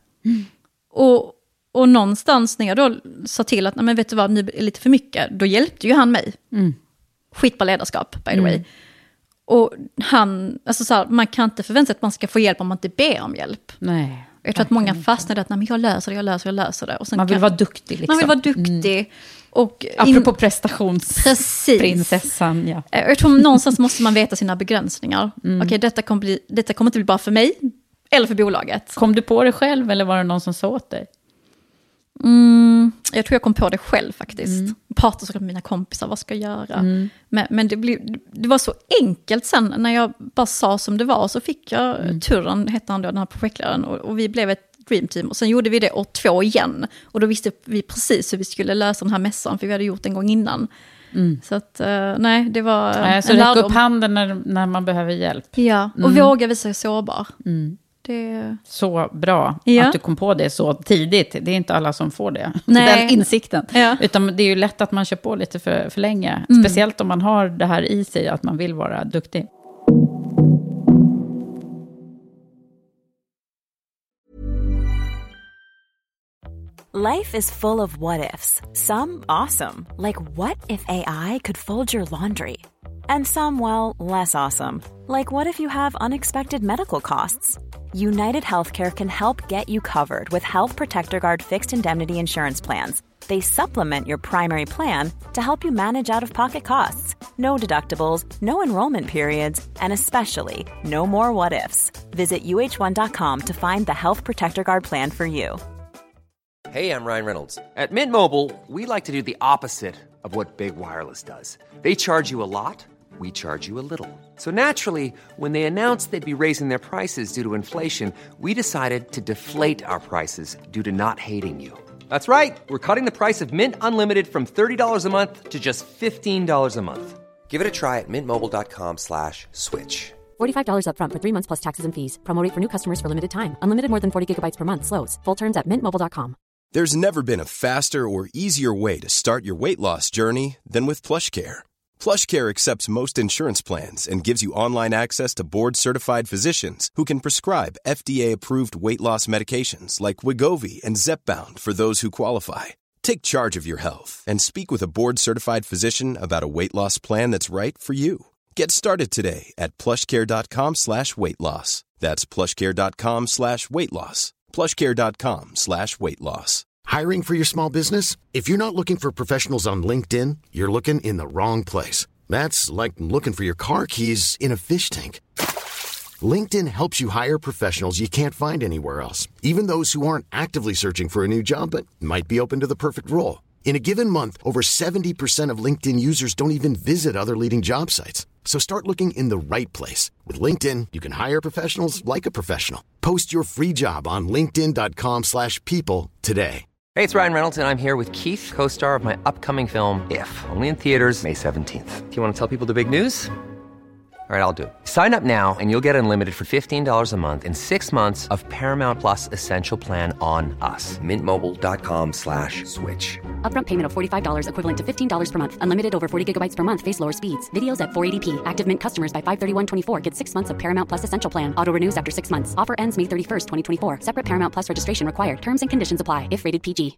Och någonstans när jag då sa till att, nej men vet du vad, nu är det lite för mycket, då hjälpte ju han mig. Skitbra ledarskap, by the way. Och han, alltså så här, man kan inte förvänta sig att man ska få hjälp om man inte ber om hjälp. Nej. Jag tror att många fastnade att, nej men jag löser det. Och sen man vill vara duktig liksom. Man vill vara duktig. Och apropå prestationsprinsessan. Ja. Jag tror någonstans måste man veta sina begränsningar. Okej, detta kommer inte bli bra för mig eller för bolaget. Kom du på det själv eller var det någon som sa åt dig? Jag tror jag kom på det själv faktiskt. Pratade såklart med mina kompisar, vad ska jag göra? Men det var så enkelt sen när jag bara sa som det var. Så fick jag Turran, hette han då, den här projektledaren. Och vi blev ett Dream Team. Och sen gjorde vi det år 2 igen. Och då visste vi precis hur vi skulle lösa den här mässan. För vi hade gjort det en gång innan. Så att, nej, det var så räck upp handen när man behöver hjälp. Ja, och våga visa sig sårbar. Så bra att du kom på det så tidigt. Det är inte alla som får det. Den insikten. Ja. Utan det är ju lätt att man kör på lite för länge. Speciellt om man har det här i sig att man vill vara duktig. Life is full of what-ifs. Some awesome, like what if AI could fold your laundry? And some, well, less awesome, like what if you have unexpected medical costs? United Healthcare can help get you covered with Health Protector Guard fixed indemnity insurance plans. They supplement your primary plan to help you manage out-of-pocket costs. No deductibles, no enrollment periods, and especially no more what-ifs. Visit uh1.com to find the Health Protector Guard plan for you. Hey, I'm Ryan Reynolds. At Mint Mobile, we like to do the opposite of what Big Wireless does. They charge you a lot, we charge you a little. So naturally, when they announced they'd be raising their prices due to inflation, we decided to deflate our prices due to not hating you. That's right. We're cutting the price of Mint Unlimited from $30 a month to just $15 a month. Give it a try at mintmobile.com/switch. $45 up front for 3 months plus taxes and fees. Promo rate for new customers for limited time. Unlimited more than 40 gigabytes per month. Slows full terms at mintmobile.com. There's never been a faster or easier way to start your weight loss journey than with PlushCare. PlushCare accepts most insurance plans and gives you online access to board-certified physicians who can prescribe FDA-approved weight loss medications like Wegovy and Zepbound for those who qualify. Take charge of your health and speak with a board-certified physician about a weight loss plan that's right for you. Get started today at plushcare.com/weightloss. That's plushcare.com/weightloss. plushcare.com/weightloss. Hiring for your small business? If you're not looking for professionals on LinkedIn, you're looking in the wrong place. That's like looking for your car keys in a fish tank. LinkedIn helps you hire professionals you can't find anywhere else, even those who aren't actively searching for a new job but might be open to the perfect role. In a given month, over 70% of LinkedIn users don't even visit other leading job sites. So start looking in the right place. With LinkedIn, you can hire professionals like a professional. Post your free job on linkedin.com/people today. Hey, it's Ryan Reynolds, and I'm here with Keith, co-star of my upcoming film, If, only in theaters May 17th. Do you want to tell people the big news? All right, I'll do it. Sign up now and you'll get unlimited for $15 a month and 6 months of Paramount Plus Essential Plan on us. MintMobile.com/switch. Upfront payment of $45 equivalent to $15 per month. Unlimited over 40 gigabytes per month. Face lower speeds. Videos at 480p. Active Mint customers by 531.24 get 6 months of Paramount Plus Essential Plan. Auto renews after 6 months. Offer ends May 31st, 2024. Separate Paramount Plus registration required. Terms and conditions apply if rated PG.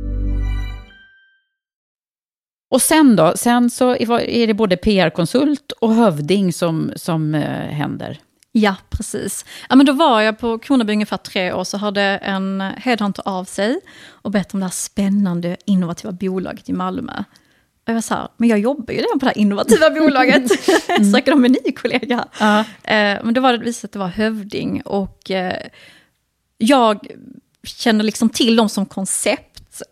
Och sen så är det både PR-konsult och hövding som händer. Ja, precis. Ja, men då var jag på Kronaby ungefär 3 år, så hade en headhunter av sig och bett om det här spännande innovativa bolaget i Malmö. Och jag var så här, men jag jobbar ju redan på det här innovativa bolaget. Söker de en ny kollega. Men då var det visat att det var hövding, och jag känner liksom till dem som koncept.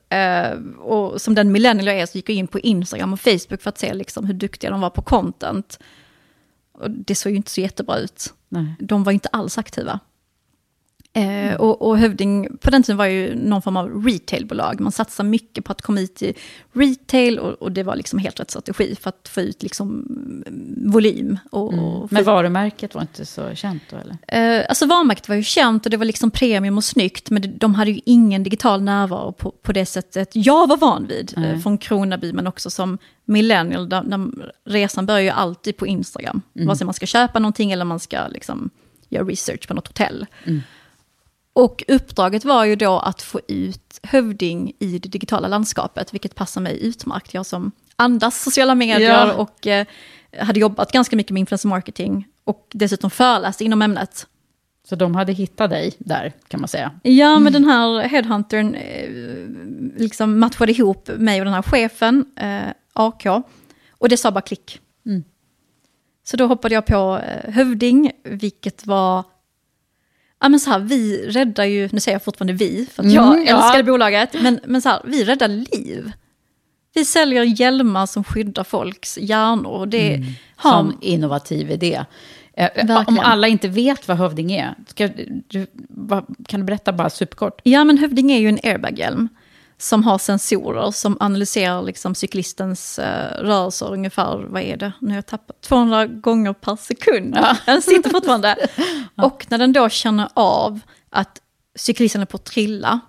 Och som den millennial jag är, så gick jag in på Instagram och Facebook för att se liksom hur duktiga de var på content. Och det såg ju inte så jättebra ut. Nej. De var inte alls aktiva. Och hövding på den tiden var ju någon form av retailbolag. Man satsar mycket på att komma ut i retail, och det var liksom helt rätt strategi för att få ut liksom volym. Men varumärket var inte så känt då, eller? Alltså varumärket var ju känt, och det var liksom premium och snyggt, men de hade ju ingen digital närvaro på det sättet jag var van vid från Kronaby, men också som millennial, där resan börjar ju alltid på Instagram. Vare sig man ska köpa någonting eller man ska liksom göra research på något hotell. Och uppdraget var ju då att få ut hövding i det digitala landskapet, vilket passar mig utmärkt. Jag som andas sociala medier och hade jobbat ganska mycket med influencer marketing och dessutom föreläst inom ämnet. Så de hade hittat dig där, kan man säga. Ja, men den här headhuntern liksom matchade ihop mig och den här chefen, AK, och det sa bara klick. Så då hoppade jag på hövding, vilket var... Ja, men så här, vi räddar ju, nu säger jag fortfarande vi, för att jag älskar bolaget, men så här, vi räddar liv. Vi säljer hjälmar som skyddar folks hjärnor. Och det som innovativ idé. Om alla inte vet vad hövding är, kan du berätta bara superkort? Ja, men hövding är ju en airbag-hjälm som har sensorer som analyserar liksom cyklistens rörelser ungefär, vad är det? Nu har jag tappat 200 gånger per sekund. Ja. Den sitter fortfarande. Och när den då känner av att cyklisten är på att trilla,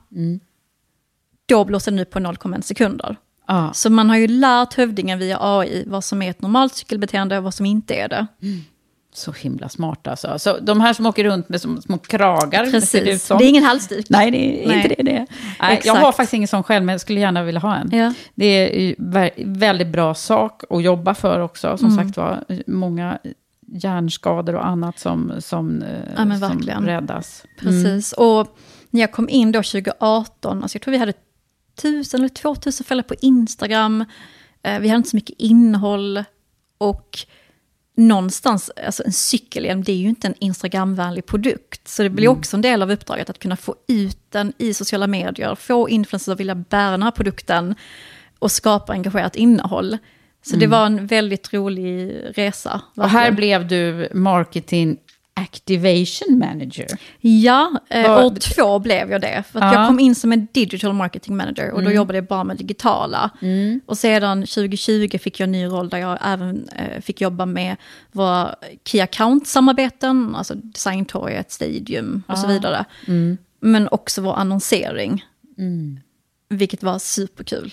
då blåser den ut på 0,1 sekunder. Så man har ju lärt hövdingen via AI vad som är ett normalt cykelbeteende och vad som inte är det. Så himla smart alltså. Så de här som åker runt med små kragar. Precis, det är ingen halsduk. Nej, det är inte det. Nej, jag har faktiskt ingen sån själv, men jag skulle gärna vilja ha en. Ja. Det är ju väldigt bra sak att jobba för också. Som sagt var, många hjärnskador och annat som räddas. Precis, och när jag kom in då 2018, alltså jag tror vi hade 1000 eller 2000 följare på Instagram. Vi hade inte så mycket innehåll, och någonstans, alltså en cykelhjälm, det är ju inte en Instagramvänlig produkt. Så det blir också en del av uppdraget att kunna få ut den i sociala medier, få influencers att vilja bära den här produkten och skapa engagerat innehåll. Så det var en väldigt rolig resa. Verkligen. Och här blev du marketing activation manager. Ja, år 2 blev jag det. För att jag kom in som en digital marketing manager, och då jobbade jag bara med digitala. Och sedan 2020 fick jag en ny roll där jag även fick jobba med våra key account-samarbeten, alltså Designtorget, Stadium och så vidare. Men också vår annonsering. Vilket var superkul.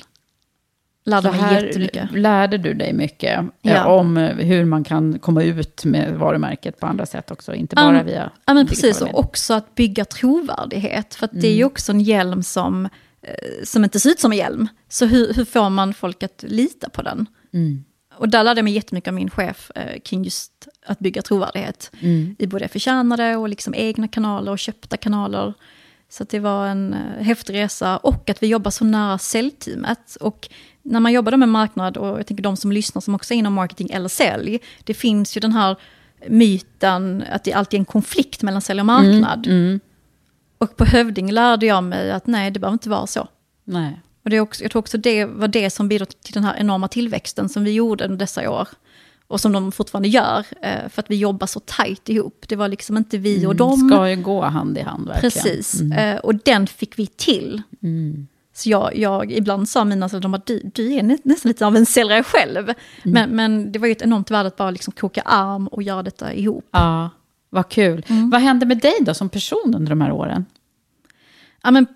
Lärde du dig mycket om hur man kan komma ut med varumärket på andra sätt också, inte bara via men precis, och också att bygga trovärdighet, för att det är ju också en hjälm som inte ser ut som en hjälm. Så hur får man folk att lita på den? Och där lärde jag mig jättemycket av min chef kring just att bygga trovärdighet i både förtjänade och liksom egna kanaler och köpta kanaler. Så att det var en häftig resa, och att vi jobbar så nära säljteamet. Och när man jobbar med marknad, och jag tänker de som lyssnar som också är inom marketing eller sälj, det finns ju den här myten att det alltid är en konflikt mellan sälj och marknad. Och på Hövding lärde jag mig att nej, det behöver inte vara så. Nej. Och det är också, jag tror också det var det som bidrog till den här enorma tillväxten som vi gjorde under dessa år. Och som de fortfarande gör, för att vi jobbar så tajt ihop. Det var liksom inte vi och dem. Ska ju gå hand i hand verkligen. Precis, och den fick vi till. Så jag ibland sa mina föräldrar att du är nästan lite av en säljare själv. Men det var ju ett enormt värde att bara liksom koka arm och göra detta ihop. Ja, vad kul. Vad hände med dig då som person under de här åren? Ja, men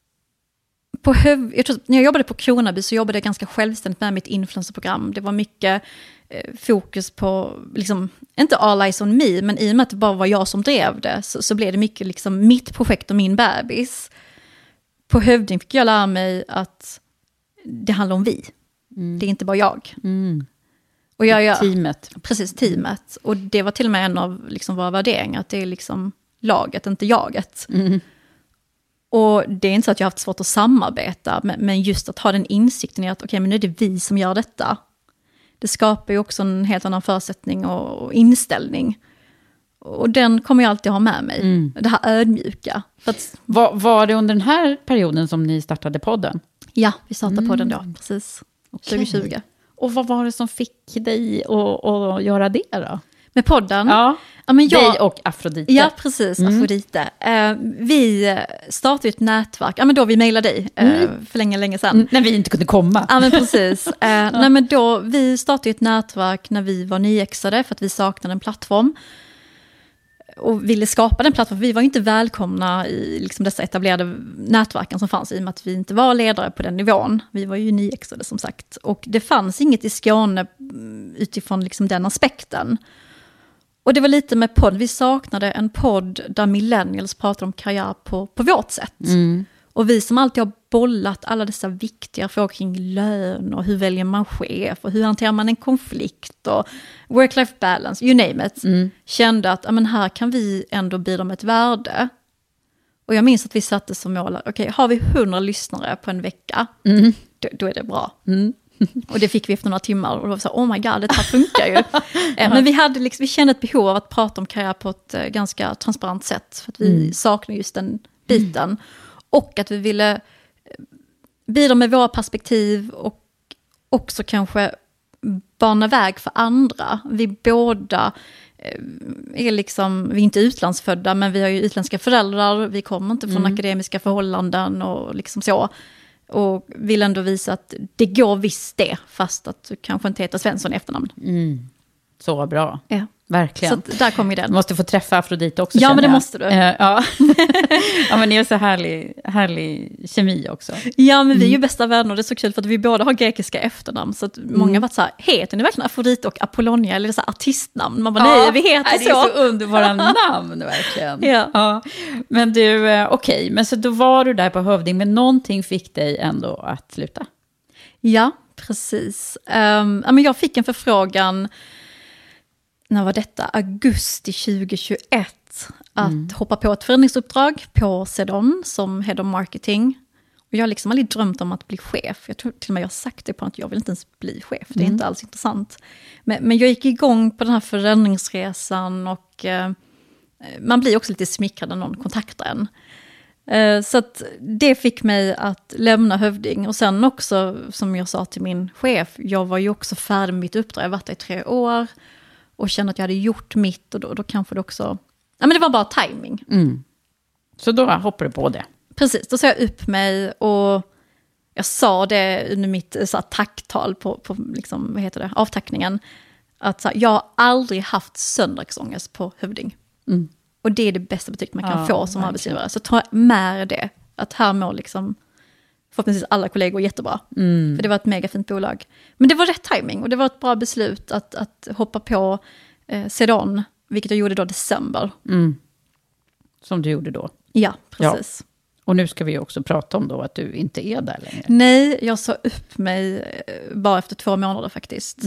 jag tror, när jag jobbade på Kronaby så jobbade jag ganska självständigt med mitt influencerprogram. Det var mycket fokus på, liksom, inte all eyes on me, men i och med att det bara var jag som drev det så blev det mycket liksom mitt projekt och min bebis. På Hövding fick jag lära mig att det handlar om vi. Det är inte bara jag. Och Teamet. Precis, teamet. Och det var till och med en av liksom våra värderingar, att det är liksom laget, inte jaget. Och det är inte så att jag har haft svårt att samarbeta, men just att ha den insikten i att okej, men nu är det vi som gör detta. Det skapar ju också en helt annan förutsättning och inställning. Och den kommer jag alltid ha med mig. Det här ödmjuka. För att, var det under den här perioden som ni startade podden? Ja, vi startade podden då, precis. 2020. Och vad var det som fick dig att göra det då? Med podden? Ja, men dig och Afrodite. Ja, precis, Afrodite. Vi startade ett nätverk, men då vi mejlade dig för länge sedan. När vi inte kunde komma. Ja, men precis. Nej, men då, vi startade ett nätverk när vi var nyexade för att vi saknade en plattform. Och ville skapa den plattformen, för vi var inte välkomna i liksom dessa etablerade nätverken som fanns, i och med att vi inte var ledare på den nivån. Vi var ju nyexade som sagt. Och det fanns inget i Skåne utifrån liksom den aspekten. Och det var lite med podd. Vi saknade en podd där millennials pratar om karriär på vårt sätt. Och vi som alltid har bollat alla dessa viktiga frågor kring lön och hur väljer man chef och hur hanterar man en konflikt och work-life balance, you name it. Kände att men här kan vi ändå bidra med ett värde. Och jag minns att vi satte som mål, okej, har vi 100 lyssnare på en vecka, då är det bra. Och det fick vi efter några timmar och då var vi så oh my god, det här funkar ju. Men vi kände ett behov av att prata om karriär på ett ganska transparent sätt, för att vi saknar just den biten. Och att vi ville bidra med våra perspektiv och också kanske bana väg för andra. Vi båda är liksom, vi är inte utlandsfödda, men vi har ju utländska föräldrar, vi kommer inte från akademiska förhållanden och liksom så. Och vill ändå visa att det går visst det, fast att du kanske inte heter Svensson i efternamn. Så bra. Ja. Verkligen. Så där kommer ju den. Du måste få träffa Afrodite också. Ja, men det måste du. Ja. Ja, men ni är så härlig kemi också. Ja, men vi är ju bästa vänner och det är så kul för att vi båda har grekiska efternamn. Så att många har varit så här, heter ni verkligen Afrodite och Apollonia eller så här artistnamn? Man bara, nej, vi heter så. Det är så underbara namn, verkligen. Ja. Men du, okej, men så då var du där på Hövding, men någonting fick dig ändå att sluta? Ja, precis. Men jag fick en förfrågan, när var detta? Augusti 2021. Att hoppa på ett förändringsuppdrag på Sedon som head of marketing. Och jag har liksom aldrig drömt om att bli chef. Jag tror till och med jag har sagt det på att jag vill inte ens bli chef. Det är inte alls intressant. Men jag gick igång på den här förändringsresan och man blir också lite smickrad när någon kontaktar en. Så att det fick mig att lämna Hövding. Och sen också, som jag sa till min chef, jag var ju också färdig med mitt uppdrag. Jag har varit där i 3 år. Och kände att jag hade gjort mitt och då kanske det också... Ja, men det var bara timing. Så då hoppade du på det? Precis, då sa jag upp mig och jag sa det under mitt så här, tacktal på liksom, vad heter det, avtackningen. Att så här, jag har aldrig haft söndagsångest på Hövding. Och det är det bästa betyg man kan få som arbetsgivare. Så ta med det, att här mår liksom... förhoppningsvis alla kollegor jättebra. För det var ett mega fint bolag. Men det var rätt timing och det var ett bra beslut att hoppa på Sedon, vilket jag gjorde då december. Som du gjorde då? Ja, precis. Ja. Och nu ska vi också prata om då att du inte är där längre. Nej, jag sa upp mig bara efter 2 månader faktiskt.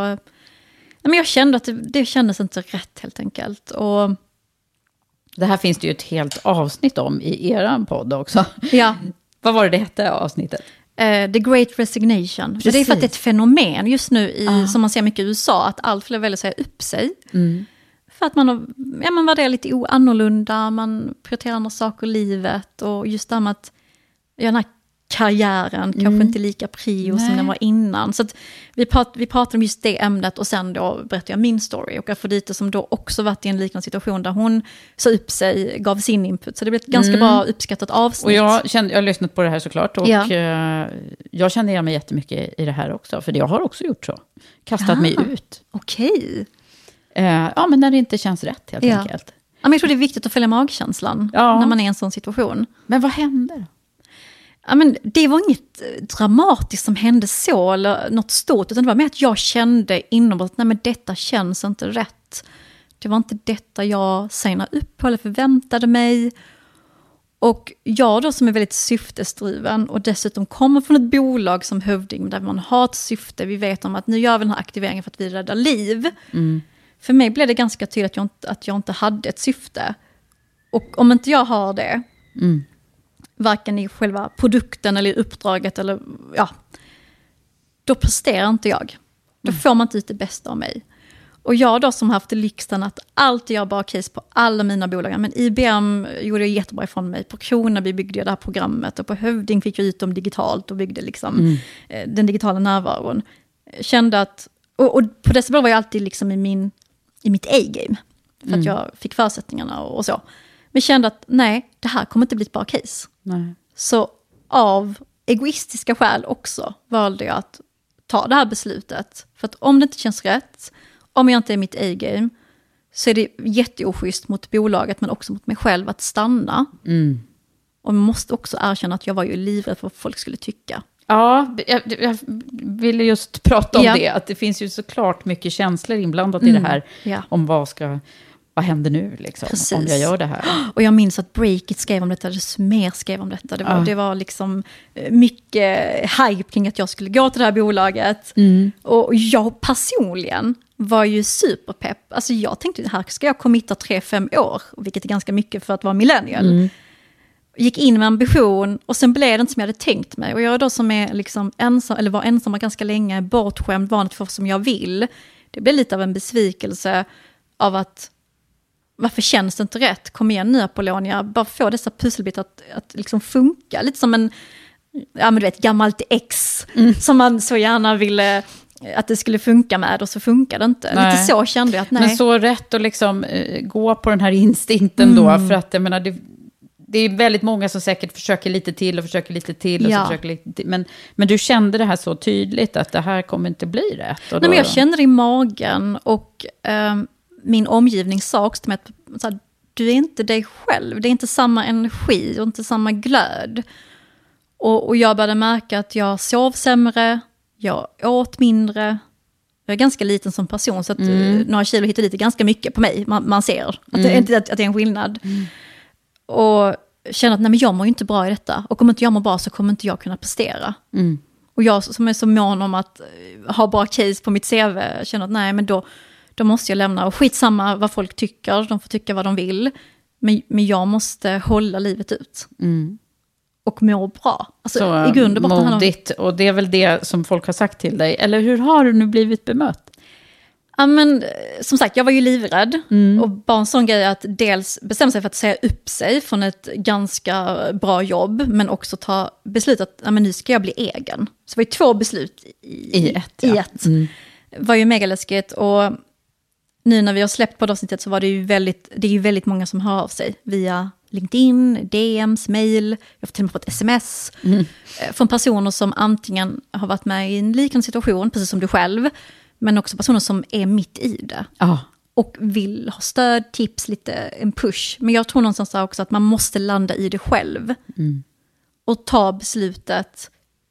Jag kände att det kändes inte rätt helt enkelt. Och det här finns det ju ett helt avsnitt om i eran podd också. Ja. Vad var det hette avsnittet? The Great Resignation. För det är för att det är ett fenomen just nu som man ser mycket i USA, att allt fler väljer att säga upp sig. För att man värderar lite annorlunda, man prioriterar andra saker i livet. Och just det här med att den här karriären kanske inte lika prio som den var innan. Så att vi pratade om just det ämnet och sen då berättade jag min story. Och Afrodite som då också varit i en liknande situation där hon sa upp sig, gav sin input. Så det blev ett ganska bra uppskattat avsnitt. Och jag har lyssnat på det här såklart och jag kände igen mig jättemycket i det här också. För jag har också gjort så. Kastat mig ut. Okej. Ja, men när det inte känns rätt helt enkelt. Ja, men jag tror det är viktigt att följa magkänslan när man är i en sån situation. Men vad hände? Ja, men det var inget dramatiskt som hände så eller något stort, utan det var mer att jag kände inombords att nej, men detta känns inte rätt. Det var inte detta jag signade upp på eller förväntade mig. Och jag då som är väldigt syftesdriven och dessutom kommer från ett bolag som hövding där man har ett syfte, vi vet om att nu gör vi den här aktiveringen för att vi räddar liv. För mig blev det ganska tydligt att jag inte hade ett syfte. Och om inte jag har det, varken i själva produkten eller i uppdraget, eller, då presterar inte jag. Då får man inte ut det bästa av mig. Och jag då som haft lyxen att alltid göra bra case på alla mina bolag. Men IBM gjorde jag jättebra ifrån mig. På Kronaby byggde jag det här programmet. Och på Hövding fick jag ut dem digitalt och byggde liksom den digitala närvaron. Kände att, och på dessa bolag var jag alltid liksom i mitt A-game. För att jag fick förutsättningarna och så. Men kände att nej, det här kommer inte bli ett bra case. Nej. Så av egoistiska skäl också valde jag att ta det här beslutet. För att om det inte känns rätt, om jag inte är mitt A-game, så är det jätteoschysst mot bolaget men också mot mig själv att stanna. Och man måste också erkänna att jag var ju livrädd för vad folk skulle tycka. Ja, jag ville just prata om det. Att det finns ju såklart mycket känslor inblandat i det här. Om vad händer nu liksom, om jag gör det här? Och jag minns att Breakit skrev om detta, mer skrev om detta. Det var liksom mycket hype kring att jag skulle gå till det här bolaget. Och jag personligen var ju superpepp. Alltså jag tänkte, här ska jag committa 3-5 år, vilket är ganska mycket för att vara millennial. Gick in med ambition och sen blev det inte som jag hade tänkt mig. Och jag då som är liksom ensam, eller var ensam ganska länge, bortskämd, vanligt för som jag vill. Det blev lite av en besvikelse av att varför känns det inte rätt? Kom igen nu Apollonia, bara få dessa pusselbitar att liksom funka. Lite som en, men du vet, gammalt ex som man så gärna ville att det skulle funka med och så funkar det inte. Nej. Lite så kände jag att nej. Men så rätt att liksom gå på den här instinkten då, för att jag menar, det är väldigt många som säkert försöker lite till och försöker lite till och så försöker lite till. Men du kände det här så tydligt att det här kommer inte bli rätt. Och nej, men jag kände det i magen och min omgivning sa också till mig att du är inte dig själv. Det är inte samma energi och inte samma glöd. Och jag började märka att jag sov sämre, jag åt mindre. Jag är ganska liten som person så att några kilo hit och dit är ganska mycket på mig. Man ser att det är en skillnad. Och känner att nej, men jag mår ju inte bra i detta. Och om inte jag mår bra så kommer inte jag kunna prestera. Och jag som är så mån om att ha bra case på mitt CV känner att nej, men då måste jag lämna. Och skitsamma vad folk tycker, de får tycka vad de vill. Men jag måste hålla livet ut. Och må bra. Alltså, så i grund och botten modigt, och det är väl det som folk har sagt till dig. Eller hur har du nu blivit bemött? Ja, men som sagt, jag var ju livrädd. Och bara en sån grej att dels bestämma sig för att säga upp sig från ett ganska bra jobb. Men också ta beslut att men nu ska jag bli egen. Så det var ju 2 beslut i ett. Det var ju megaläskigt. Och nu när vi har släppt på avsnittet så var det är ju väldigt många som hör av sig via LinkedIn, DMs, mail. Jag har till och med fått sms från personer som antingen har varit med i en liknande situation, precis som du själv, men också personer som är mitt i det. Och vill ha stöd, tips, lite en push. Men jag tror någonstans också att man måste landa i det själv. Och ta beslutet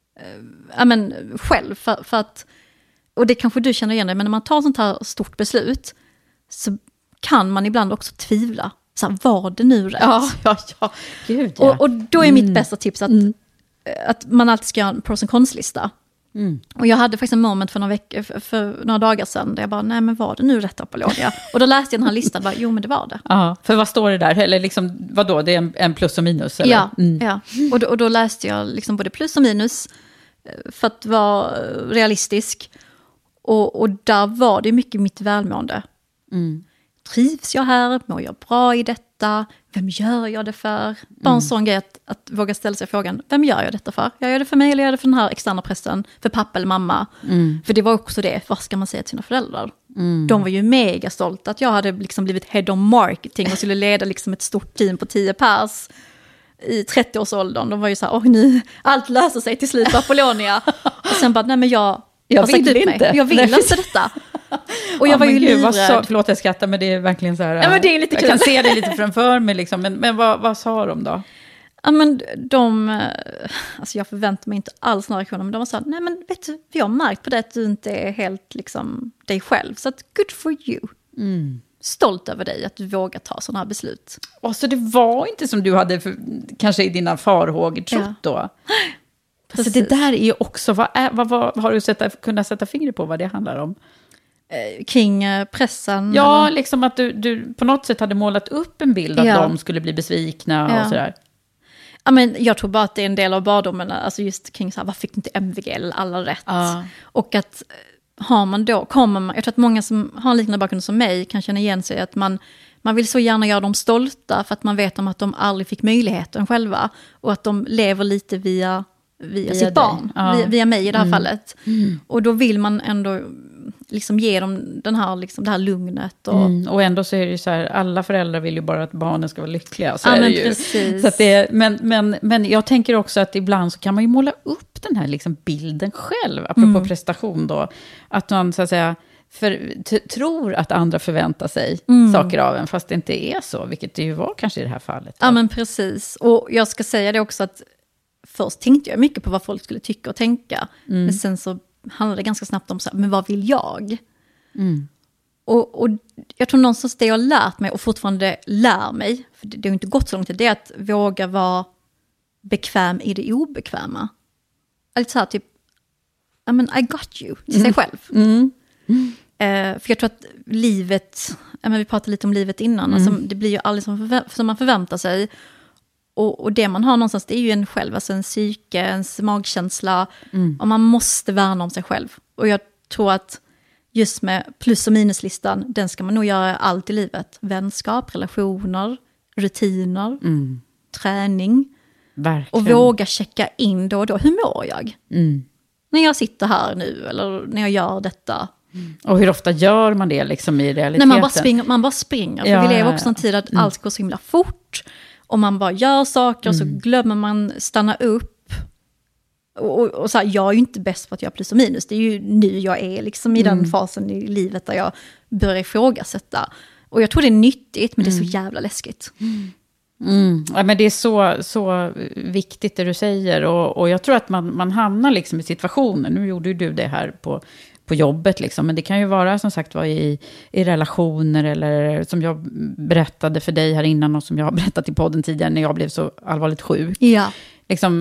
själv. För att, och det kanske du känner igen dig, men när man tar sånt här stort beslut så kan man ibland också tvivla. Så här, var det nu rätt? Ja. Gud, ja. Och då är mitt bästa tips att man alltid ska göra en pros and cons-lista. Och jag hade faktiskt en moment för några dagar sedan där jag bara, nej men var det nu rätt Apollonia? Och då läste jag den här listan och bara, jo men det var det. Ja, för vad står det där? Eller liksom, vadå, det är en plus och minus? Eller? Ja. Och då läste jag liksom både plus och minus för att vara realistisk. Och där var det mycket mitt välmående. trivs jag här? Mår jag bra i detta? Vem gör jag det för? Bara en sån grej att våga ställa sig frågan, vem gör jag detta för? Jag gör det för mig eller gör jag det för den här externa pressen? För pappa eller mamma? För det var också det, vad ska man säga till sina föräldrar? De var ju mega stolta att jag hade liksom blivit head of marketing och skulle leda liksom ett stort team på 10 pers i 30-årsåldern. De var ju så här, nu, allt löser sig till slut på Apollonia. Och sen bara, nej men jag vill inte. Jag vill inte detta. Och jag var ju livrädd. Förlåt jag skrattar, men det är verkligen så här. Ja, men det är lite kul. Jag kan se det lite framför mig liksom. Men vad sa de då? Ja, men alltså jag förväntar mig inte alls några reaktioner, men de var så här, nej men vet du, vi har märkt på det att du inte är helt liksom dig själv. Så att good for you. Stolt över dig att du vågar ta sådana här beslut. Och så det var inte som du hade kanske i dina farhågor trott då. Alltså det där är ju också, vad har du kunnat sätta fingret på vad det handlar om? Kring pressen? Ja, eller? liksom att du på något sätt hade målat upp en bild att de skulle bli besvikna och sådär. Ja, men jag tror bara att det är en del av barndomen, alltså just kring så här, vad fick inte MVG alla rätt? Och att har man då, jag tror att många som har en liknande bakgrund som mig kan känna igen sig att man vill så gärna göra dem stolta för att man vet om att de aldrig fick möjligheten själva och att de lever lite via sitt barn, via mig i det här fallet. Och då vill man ändå liksom ge dem det här lugnet. Och ändå så är det ju så här, alla föräldrar vill ju bara att barnen ska vara lyckliga. Så ja, är men det ju. Precis. Så att men jag tänker också att ibland så kan man ju måla upp den här liksom bilden själv, apropå prestation då. Att man så att säga tror att andra förväntar sig saker av en, fast det inte är så, vilket det ju var kanske i det här fallet. Ja, men precis. Och jag ska säga det också att först tänkte jag mycket på vad folk skulle tycka och tänka. Men sen så handlade det ganska snabbt om så här, men vad vill jag? Och jag tror någonstans det jag har lärt mig och fortfarande lär mig, för det har inte gått så långt till det, att våga vara bekväm i det obekväma. Alltså så här typ, I got you, till sig själv. För jag tror att livet, vi pratade lite om livet innan, alltså, det blir ju aldrig som man förväntar sig. Och det man har någonstans, det är ju en själv, alltså en psyke, ens magkänsla. Och man måste värna om sig själv. Och jag tror att just med plus- och minuslistan, den ska man nog göra allt i livet. Vänskap, relationer, rutiner, träning. Verkligen. Och våga checka in då och då. Hur mår jag? När jag sitter här nu, eller när jag gör detta. Och hur ofta gör man det liksom i realiteten? Nej, man bara springer. För vi lever också en tid att allt går så himla fort. Och man bara gör saker och så glömmer man stanna upp. Och så här, jag är ju inte bäst på att göra plus och minus. Det är ju nu jag är liksom i den fasen i livet där jag börjar ifrågasätta. Och jag tror det är nyttigt, men det är så jävla läskigt. Ja, men det är så viktigt det du säger. Och jag tror att man hamnar liksom i situationer. Nu gjorde ju du det här på jobbet liksom. Men det kan ju vara som sagt i relationer, eller som jag berättade för dig här innan och som jag har berättat i podden tidigare när jag blev så allvarligt sjuk. Ja. Liksom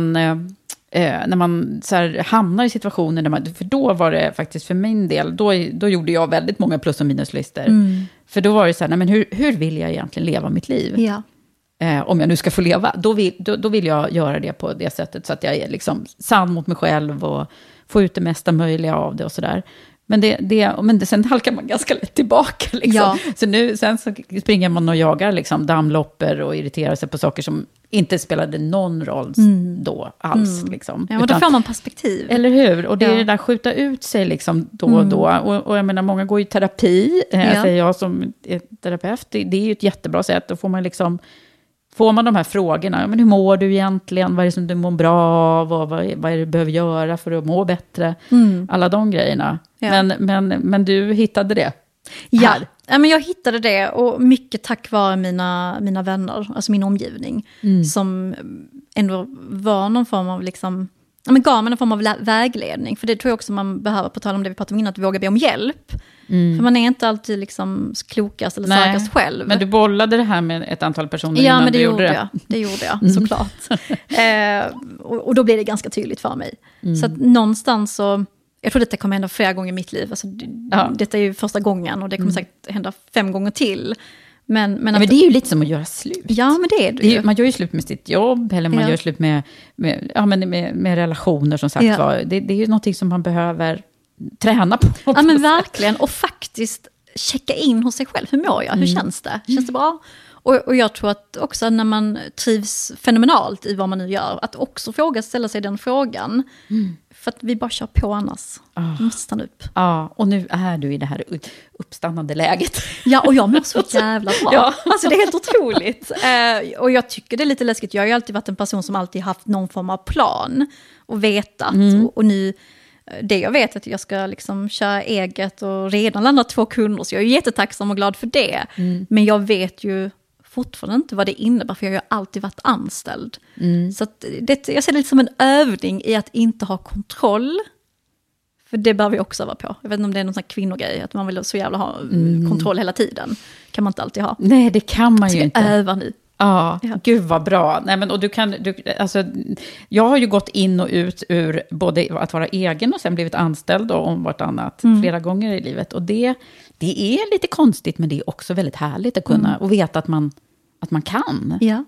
när man så här hamnar i situationer för då var det faktiskt för min del, då gjorde jag väldigt många plus- och minuslistor. För då var det så här, nej, men hur vill jag egentligen leva mitt liv? Ja. Om jag nu ska få leva, då vill jag göra det på det sättet så att jag är liksom sann mot mig själv och får ut det mesta möjliga av det och sådär. Men sen halkar man ganska lätt tillbaka. Liksom. Ja. Sen så springer man och jagar liksom, dammloppor och irriterar sig på saker som inte spelade någon roll då alls. Liksom. Ja, och då får man perspektiv. Eller hur? Och det är det där skjuta ut sig liksom då och då. Och jag menar, många går i terapi. Säger jag som är terapeut. Det är ju ett jättebra sätt. Då får man liksom... Får man de här frågorna, men hur mår du egentligen? Vad är det som du mår bra av? Och vad är det du behöver göra för att må bättre? Alla de grejerna. Ja. Men du hittade det här. Ja, men jag hittade det. Och mycket tack vare mina vänner, alltså min omgivning. Som ändå var någon form av liksom... men gav mig någon form av vägledning. För det tror jag också man behöver, på tal om det vi pratade om innan, att våga be om hjälp. För man är inte alltid liksom klokast eller starkast själv. Men du bollade det här med ett antal personer innan men du gjorde det. Det gjorde jag, såklart. Och då blev det ganska tydligt för mig. Så att någonstans så... Jag tror detta kommer hända flera gånger i mitt liv. Alltså, detta är ju första gången och det kommer säkert hända 5 gånger till. Men det är ju lite som att göra slut. Ja, men det är det ju. Man gör ju slut med sitt jobb, eller man gör slut med relationer som sagt var. Det är ju någonting som man behöver träna på. Ja, men verkligen. Och faktiskt checka in hos sig själv. Hur mår jag? Hur känns det? Känns det bra? Och jag tror att också när man trivs fenomenalt i vad man nu gör, att också ställa sig den frågan. För att vi bara kör på annars. Vi måste stanna upp. Ja, och nu är du i det här uppstannande läget. Ja, och jag mår så jävla bra. Ja. Alltså det är helt otroligt. Och jag tycker det är lite läskigt. Jag har ju alltid varit en person som alltid haft någon form av plan. Och vetat. Och nu, det jag vet att jag ska liksom köra eget och redan landa 2 kunder. Så jag är jättetacksam och glad för det. Men jag vet ju fortfarande inte vad det innebär, för jag har ju alltid varit anställd. Så att jag ser det lite som en övning i att inte ha kontroll. För det bör vi också öva på. Jag vet inte om det är någon sån här kvinnogrej, att man vill så jävla ha kontroll hela tiden. Kan man inte alltid ha. Nej, det kan man ju inte. Öva nu. Ja, gud vad bra. Nej, men, och alltså, jag har ju gått in och ut ur både att vara egen och sen blivit anställd och om vartannat flera gånger i livet. Och det är lite konstigt, men det är också väldigt härligt att kunna och veta att man kan. Ja.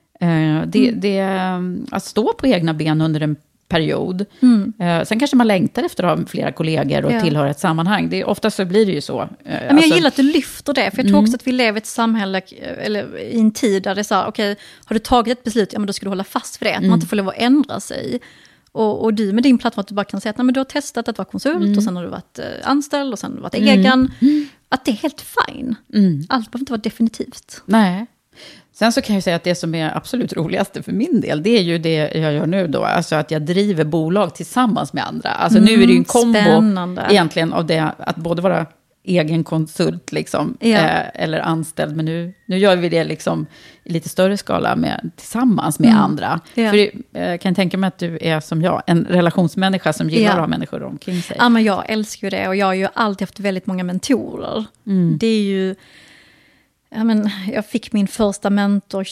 Att stå på egna ben under en period. Sen kanske man längtar efter att ha flera kollegor och tillhöra ett sammanhang. Oftast så blir det ju så. Men jag gillar att du lyfter det, för jag tror också att vi lever i ett samhälle eller i en tid där det är så här, okej, har du tagit ett beslut, ja men då ska du hålla fast för det. Att man inte får lov att ändra sig. Och du med din plattform, att du bara kan säga att nej, men du har testat att vara konsult och sen har du varit anställd och sen har du varit egen. Att det är helt fine. Allt behöver inte vara definitivt. Nej. Sen så kan jag säga att det som är absolut roligaste för min del, det är ju det jag gör nu då. Alltså att jag driver bolag tillsammans med andra. Alltså nu är det ju en kombo egentligen av det, att både vara egen konsult liksom, eller anställd. Men nu gör vi det liksom i lite större skala tillsammans med andra. För jag kan tänka mig att du är som jag, en relationsmänniska som gillar att ha människor omkring sig. Ja, men jag älskar ju det, och jag har ju alltid haft väldigt många mentorer. Det är ju... jag fick min första mentor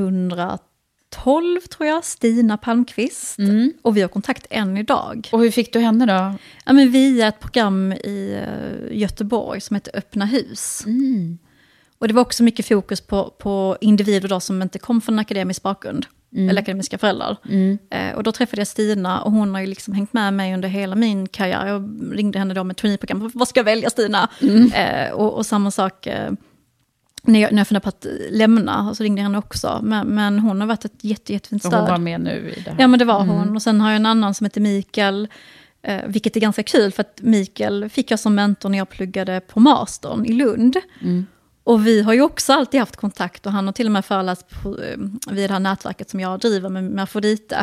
2012 tror jag, Stina Palmqvist. Och vi har kontakt än idag. Och hur fick du henne då? Ja, men via ett program i Göteborg som heter Öppna hus. Och det var också mycket fokus på individer då som inte kom från en akademisk bakgrund. Eller akademiska föräldrar. Och då träffade jag Stina, och hon har ju liksom hängt med mig under hela min karriär. Jag ringde henne då med traineeprogram. Vad ska jag välja, Stina? Och samma sak... När jag funderar på att lämna, så ringde jag henne också. Men hon har varit ett jättefint stöd. Och hon var med nu i det här. Ja, men det var hon. Och sen har jag en annan som heter Mikael. Vilket är ganska kul, för att Mikael fick jag som mentor när jag pluggade på mastern i Lund. Och vi har ju också alltid haft kontakt. Och han har till och med föreläst vid det här nätverket som jag driver med Afrodite.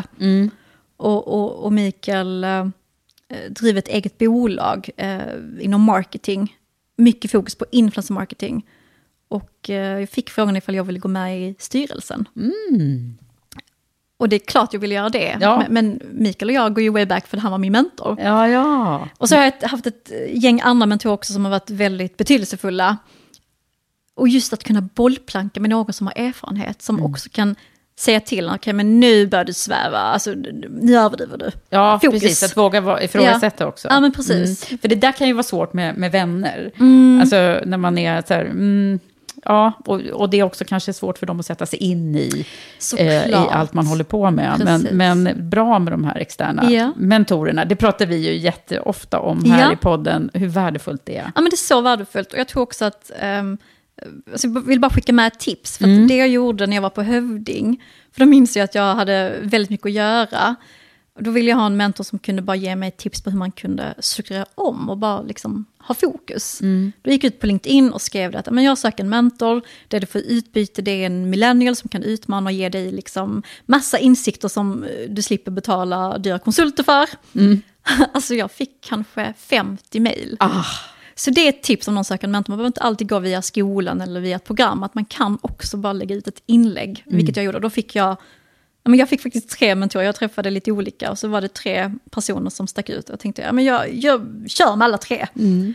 Och Mikael driver ett eget bolag inom marketing. Mycket fokus på influencer marketing. Och jag fick frågan ifall jag ville gå med i styrelsen. Och det är klart jag ville göra det. Ja. Men Mikael och jag går ju way back, för han var min mentor. Ja. Och så har jag haft ett gäng andra mentorer också som har varit väldigt betydelsefulla. Och just att kunna bollplanka med någon som har erfarenhet. Som också kan säga till, okej, men nu bör du sväva. Alltså, nu överdriver du. Ja, fokus. Precis. Att våga ifrågasätta också. Ja, men precis. För det där kan ju vara svårt med vänner. Alltså när man är så här... Ja, och det är också kanske svårt för dem att sätta sig in i allt man håller på med. Men bra med de här externa mentorerna. Det pratar vi ju jätteofta om här i podden, hur värdefullt det är. Ja, men det är så värdefullt. Och jag tror också att... alltså jag vill bara skicka med ett tips. För att det jag gjorde när jag var på Hövding, för då minns jag att jag hade väldigt mycket att göra. Och då ville jag ha en mentor som kunde bara ge mig tips på hur man kunde strukturera om och bara liksom ha fokus. Då gick jag ut på LinkedIn och skrev det att men jag söker en mentor, där du får utbyte, det är en millennial som kan utmana och ge dig liksom massa insikter som du slipper betala dyra konsulter för. Alltså jag fick kanske 50 mejl. Så det är ett tips om någon söker en mentor. Man behöver inte alltid gå via skolan eller via ett program. Att man kan också bara lägga ut ett inlägg, vilket jag gjorde. Då fick jag faktiskt 3 mentorer. Jag träffade lite olika, och så var det 3 personer som stack ut. Jag tänkte, jag kör med alla 3.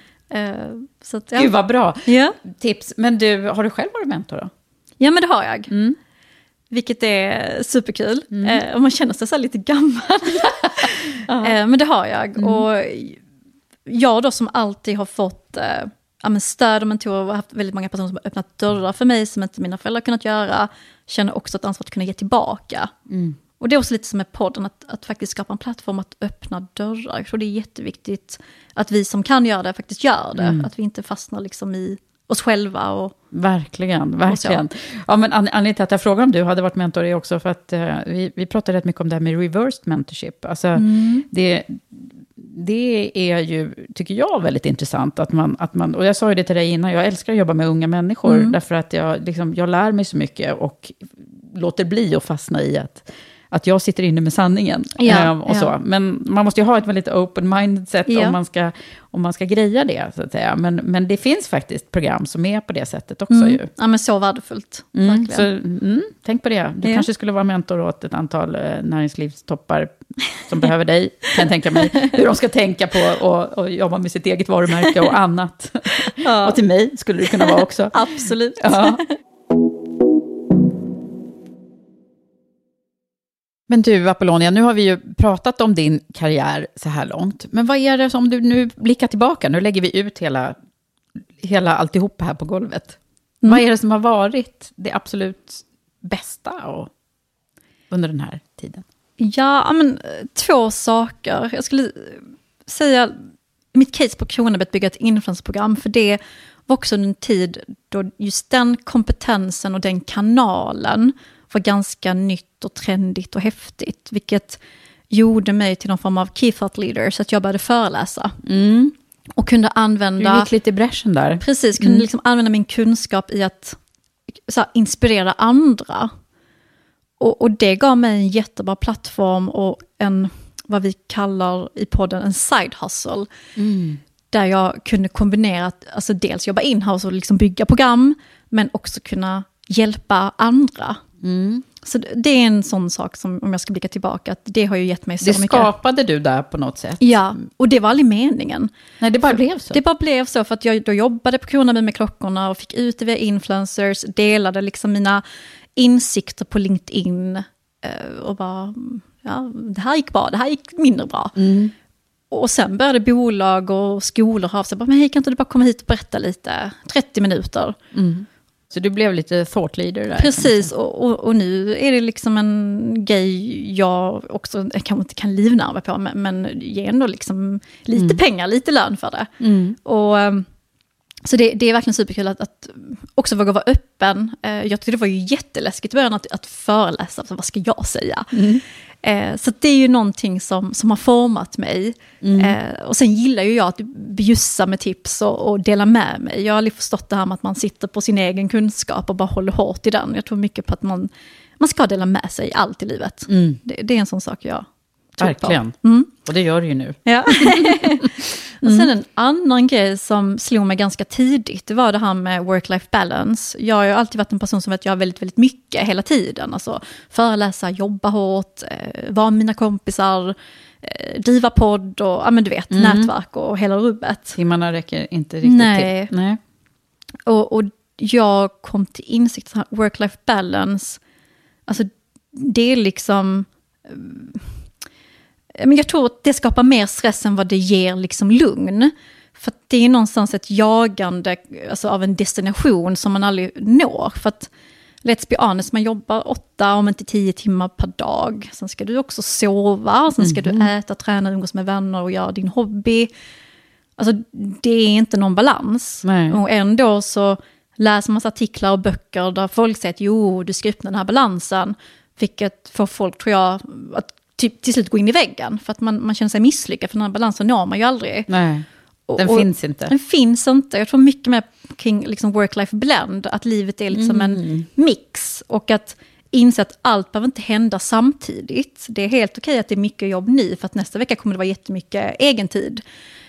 Så att, Gud vad bra tips. Men har du själv varit mentor då? Ja, men det har jag. Vilket är superkul. Och man känner sig så lite gammal. Men det har jag. Och jag då som alltid har fått stöd och mentorer, och haft väldigt många personer som har öppnat dörrar för mig som inte mina föräldrar kunnat göra, känner också ett ansvar att kunna ge tillbaka. Och det är också lite som med podden, att faktiskt skapa en plattform att öppna dörrar. Jag tror det är jätteviktigt att vi som kan göra det faktiskt gör det. Att vi inte fastnar liksom i oss själva. Och verkligen. Ja, men anledningen till att jag frågar om du hade varit mentor är också för att vi pratade rätt mycket om det här med reversed mentorship. Alltså det är ju, tycker jag, väldigt intressant att man, och jag sa ju det till dig innan, jag älskar att jobba med unga människor därför att jag lär mig så mycket och låter bli att fastna i att jag sitter inne med sanningen och så. Men man måste ju ha ett väldigt open mindset om man ska greja det, så att säga. Men det finns faktiskt program som är på det sättet också ju. Ja, men så värdefullt. Så tänk på det. Du kanske skulle vara mentor åt ett antal näringslivstoppar som behöver dig, kan jag tänka mig. Hur de ska tänka på och jobba med sitt eget varumärke och annat. Och till mig skulle det kunna vara också. Absolut. Ja. Men du, Apollonia, nu har vi ju pratat om din karriär så här långt. Men vad är det som du nu blickar tillbaka? Nu lägger vi ut hela alltihop här på golvet. Vad är det som har varit det absolut bästa under den här tiden? Ja, men 2 saker. Jag skulle säga, mitt case på Kronabet bygger ett influensprogram, för det var också en tid då just den kompetensen och den kanalen var ganska nytt och trendigt och häftigt, vilket gjorde mig till någon form av key thought leader, så att jag började föreläsa. Och kunde använda... Du gick lite i bräschen där. Precis, kunde liksom använda min kunskap i att inspirera andra. Och det gav mig en jättebra plattform och vad vi kallar i podden en side hustle. Där jag kunde kombinera, alltså dels jobba in-house och liksom bygga program, men också kunna hjälpa andra. Så det är en sån sak som, om jag ska blicka tillbaka, att det har ju gett mig så mycket. Det skapade du där på något sätt? Ja, och det var aldrig meningen. Nej, det bara blev så. Det bara blev så, för att jag då jobbade på Kronabet med klockorna och fick ut det via influencers, delade liksom mina insikter på LinkedIn och bara, det här gick bra, det här gick mindre bra. Och sen började bolag och skolor ha av sig, men hej, kan inte du bara komma hit och berätta lite, 30 minuter. Så du blev lite thought leader där? Precis, och nu är det liksom en grej jag också kanske inte kan livnärva på, men ger ändå liksom lite pengar, lite lön för det. Och så det är verkligen superkul att också våga vara öppen. Jag tyckte det var ju jätteläskigt i början att föreläsa, så vad ska jag säga? Så det är ju någonting som har format mig. Och sen gillar ju jag att bjussa med tips och dela med mig. Jag har aldrig förstått det här med att man sitter på sin egen kunskap och bara håller hårt i den. Jag tror mycket på att man ska dela med sig allt i livet. Det är en sån sak jag tror verkligen. på. Och det gör du ju nu. Ja. Och sen en annan grej som slog mig ganska tidigt, det var det här med work-life balance. Jag har ju alltid varit en person som vet att jag har väldigt, väldigt mycket hela tiden. Alltså föreläsa, jobba hårt, vara med mina kompisar, driva podd och men du vet, nätverk och hela rubbet. Timmarna räcker inte riktigt till. Nej. Och jag kom till insikt att work-life balance, alltså det är liksom... Men jag tror att det skapar mer stress än vad det ger liksom lugn. För att det är någonstans ett jagande, alltså av en destination som man aldrig når. För att, let's be honest, man jobbar 8 om inte 10 timmar per dag. Sen ska du också sova, sen ska du äta, träna, umgås med vänner och göra din hobby. Alltså det är inte någon balans. Nej. Och ändå så läser man artiklar och böcker där folk säger att jo, du ska öppna den här balansen. Vilket får folk, tror jag, att till slut gå in i väggen. För att man känner sig misslyckad, för den här balansen når man ju aldrig. Nej, den finns inte. Den finns inte. Jag tror mycket mer kring liksom work-life blend. Att livet är liksom en mix. Och att inse att allt behöver inte hända samtidigt. Det är helt okej att det är mycket jobb nu. För att nästa vecka kommer det vara jättemycket egen tid.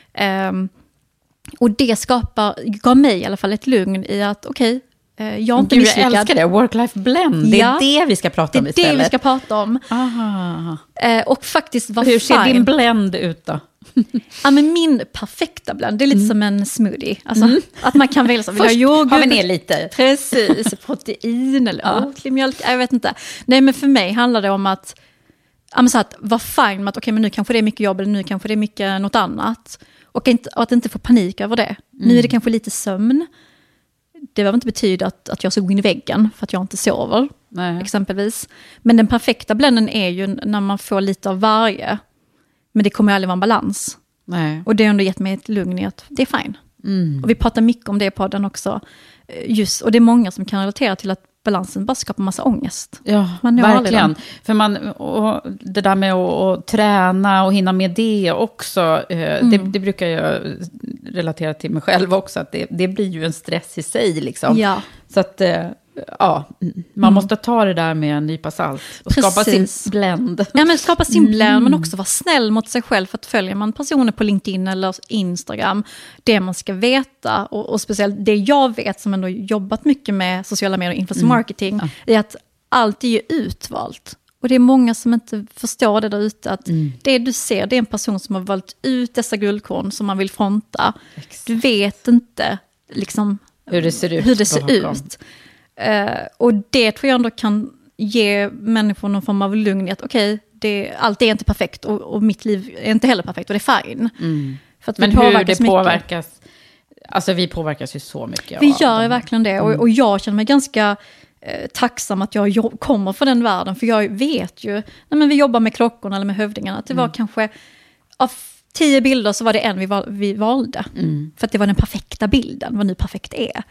Och det gav mig i alla fall ett lugn i att okej, jag är inte misslyckad. Jag älskar det, work-life blend. Det är det vi ska prata om istället. Det är det vi ska prata om. Aha. Och faktiskt var hur ser din blend ut då? Ja, men min perfekta blend, det är lite som en smoothie. Alltså, att man kan välja så. Först har vi ner lite. Precis, protein eller oatly mjölk, jag vet inte. Nej, men för mig handlar det om att vara fine med att okej, men nu kanske det är mycket jobb eller nu kanske det är mycket något annat. Och att inte få panik över det. Nu är det kanske lite sömn. det behöver inte betyda att jag ska gå in i väggen för att jag inte sover. Nej. Exempelvis. Men den perfekta blenden är ju när man får lite av varje. Men det kommer aldrig vara en balans. Nej. Och det har ändå gett mig ett lugn i att det är fine. Och vi pratar mycket om det i podden också. Och det är många som kan relatera till att balansen bara skapar massa ångest. Ja, verkligen. För och det där med att träna och hinna med det också, det brukar jag relatera till mig själv också, att det blir ju en stress i sig liksom. Ja. Så att man måste ta det där med en nypa salt och skapa sin blend. Ja, men skapa sin blend, men också vara snäll mot sig själv, för att följer man personer på LinkedIn eller Instagram, det man ska veta, och speciellt det jag vet som ändå jobbat mycket med sociala medier och influencer marketing, är att allt är ju utvalt. Och det är många som inte förstår det där ute, att det du ser, det är en person som har valt ut dessa guldkorn som man vill fronta. Exakt. Du vet inte liksom hur det ser ut. Och det tror jag ändå kan ge människor någon form av lugn i att allt är inte perfekt och mitt liv är inte heller perfekt och det är fine. För att men hur det påverkas, alltså vi påverkas ju så mycket. Vi gör verkligen det, och jag känner mig ganska tacksam att jag kommer från den världen, för jag vet ju, men vi jobbar med klockorna eller med hövdingarna, att det var kanske av 10 bilder så var det en vi valde. För att det var den perfekta bilden, vad nu perfekt är.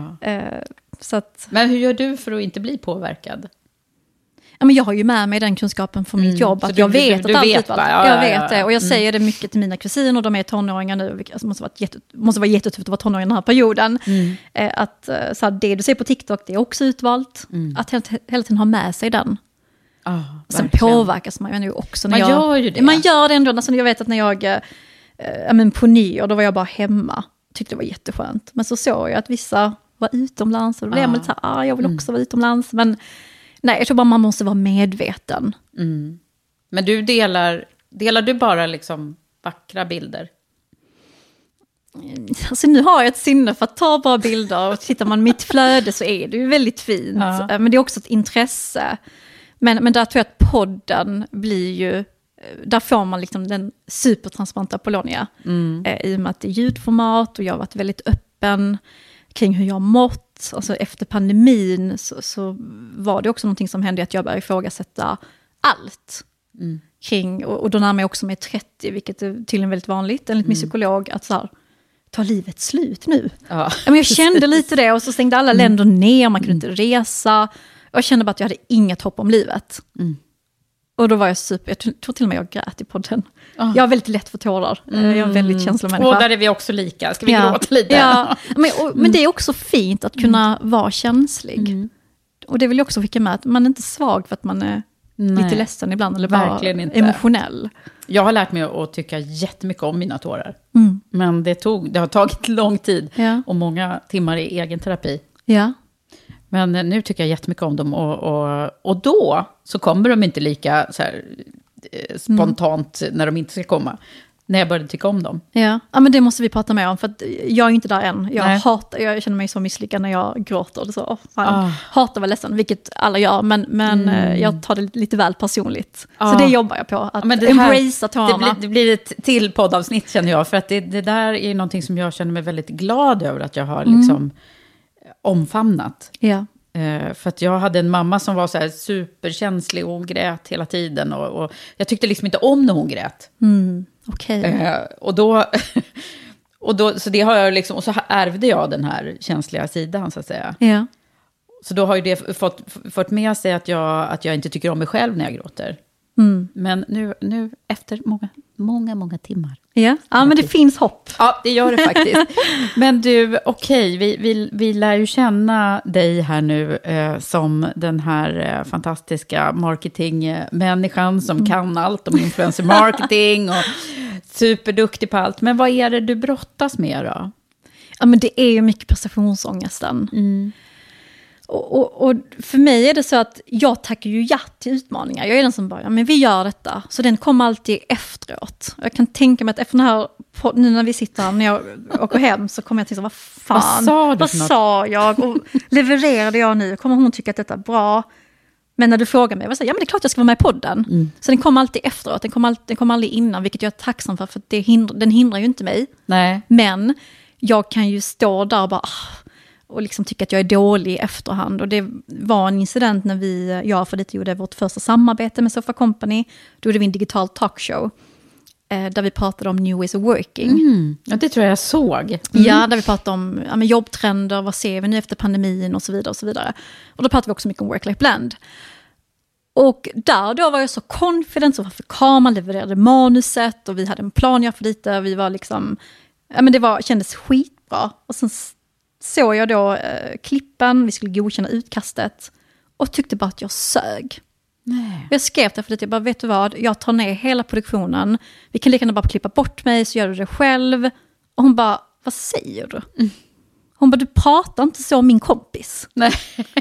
Så att, men hur gör du för att inte bli påverkad? Ja, men jag har ju med mig den kunskapen från mitt jobb, att jag vet att allt är utvalt. Jag vet det, och jag säger det mycket till mina kusiner, och de är tonåringar nu, vilket måste vara jättetufft att vara tonåring i den här perioden. Att så här, det du ser på TikTok, det är också utvalt. Att hela tiden ha med sig den. Sen påverkas man ju också. När gör ju det. Man gör det ändå. Alltså, jag vet att när jag på nyår, då var jag bara hemma. Tyckte det var jätteskönt. Men så såg jag att vissa var utomlands, och då blev jag lite så här, jag vill också vara utomlands. Men nej, jag tror bara man måste vara medveten. Men du delar du bara liksom vackra bilder? Alltså nu har jag ett sinne för att ta bra bilder, och tittar man mitt flöde så är det ju väldigt fint. Men det är också ett intresse. Men där tror jag att podden blir ju, där får man liksom den supertransparenta Apollonia. I och med att det är ljudformat, och jag har varit väldigt öppen kring hur jag har mått. Alltså efter pandemin så var det också någonting som hände, att jag började ifrågasätta allt. Kring, och då närmar jag också med 30, vilket är tydligen väldigt vanligt enligt min psykolog, att så här, ta livet slut nu. Men jag kände lite det, och så stängde alla länder ner, man kunde inte resa. Jag kände bara att jag hade inget hopp om livet. Och då var jag jag tror till och med jag grät i podden. Jag har väldigt lätt för tårar. Jag är en väldigt känslomänniska. Och där är vi också lika. Ska vi gråta lite? Ja. Men det är också fint att kunna vara känslig. Och det vill jag också skicka med, att man är inte svag för att man är lite ledsen ibland, eller bara emotionell. Jag har lärt mig att tycka jättemycket om mina tårar. Men det har tagit lång tid och många timmar i egen terapi. Ja. Men nu tycker jag jättemycket om dem, och då så kommer de inte lika så här, spontant när de inte ska komma. När jag började tycka om dem. Ja, men det måste vi prata mer om, för att jag är inte där än. Jag känner mig så misslyckad när jag gråter. Så, hatar att vara ledsen, vilket alla gör, men jag tar det lite väl personligt. Så det jobbar jag på, att embracea tårarna. Det blir ett till poddavsnitt, känner jag, för att det där är någonting som jag känner mig väldigt glad över att jag har liksom omfamnat. För att jag hade en mamma som var så här superkänslig, och hon grät hela tiden, och jag tyckte liksom inte om när hon grät. Och då så det har jag liksom, och så ärvde jag den här känsliga sidan, så att säga. Så då har ju det fått med sig att jag inte tycker om mig själv när jag gråter. Men nu efter många timmar. Men det finns hopp. Ja, det gör det faktiskt. Men du, okej, vi lär ju känna dig här nu som den här fantastiska marketingmänniskan som kan allt om influencer marketing och superduktig på allt. Men vad är det du brottas med då? Ja, men det är ju mycket prestationsångesten. Och för mig är det så att jag tackar ju ja till utmaningar. Jag är den som bara, men vi gör detta. Så den kommer alltid efteråt. Jag kan tänka mig att efter den här, nu när vi sitter här, när jag åker hem, så kommer jag till så, vad fan, vad sa jag? Och levererade jag nu? Kommer hon tycka att detta är bra? Men när du frågar mig, jag säger, ja men det är klart jag ska vara med i podden. Så den kommer alltid efteråt, den kommer aldrig innan, vilket jag är tacksam för den hindrar ju inte mig. Nej. Men jag kan ju stå där och bara, och liksom tycka att jag är dålig i efterhand. Och det var en incident när jag och Afrodite gjorde vårt första samarbete med Sofa Company. Då gjorde vi en digital talkshow där vi pratade om New Ways of Working. Ja, det tror jag såg. Ja, där vi pratade om jobbtrender, vad ser vi nu efter pandemin och så vidare och så vidare. Och då pratade vi också mycket om work-life blend. Och då var jag så confident, så varför kameran levererade manuset och vi hade en plan jag för lite. Vi var liksom, kändes skitbra. Och sen såg jag då klippen, vi skulle godkänna utkastet och tyckte bara att jag sög. Nej. Jag skrev det för att jag bara, vet du vad, jag tar ner hela produktionen. Vi kan lika gärna bara klippa bort mig så gör du det själv. Och hon bara, vad säger du? Hon bara, du pratar inte så om min kompis. Nej.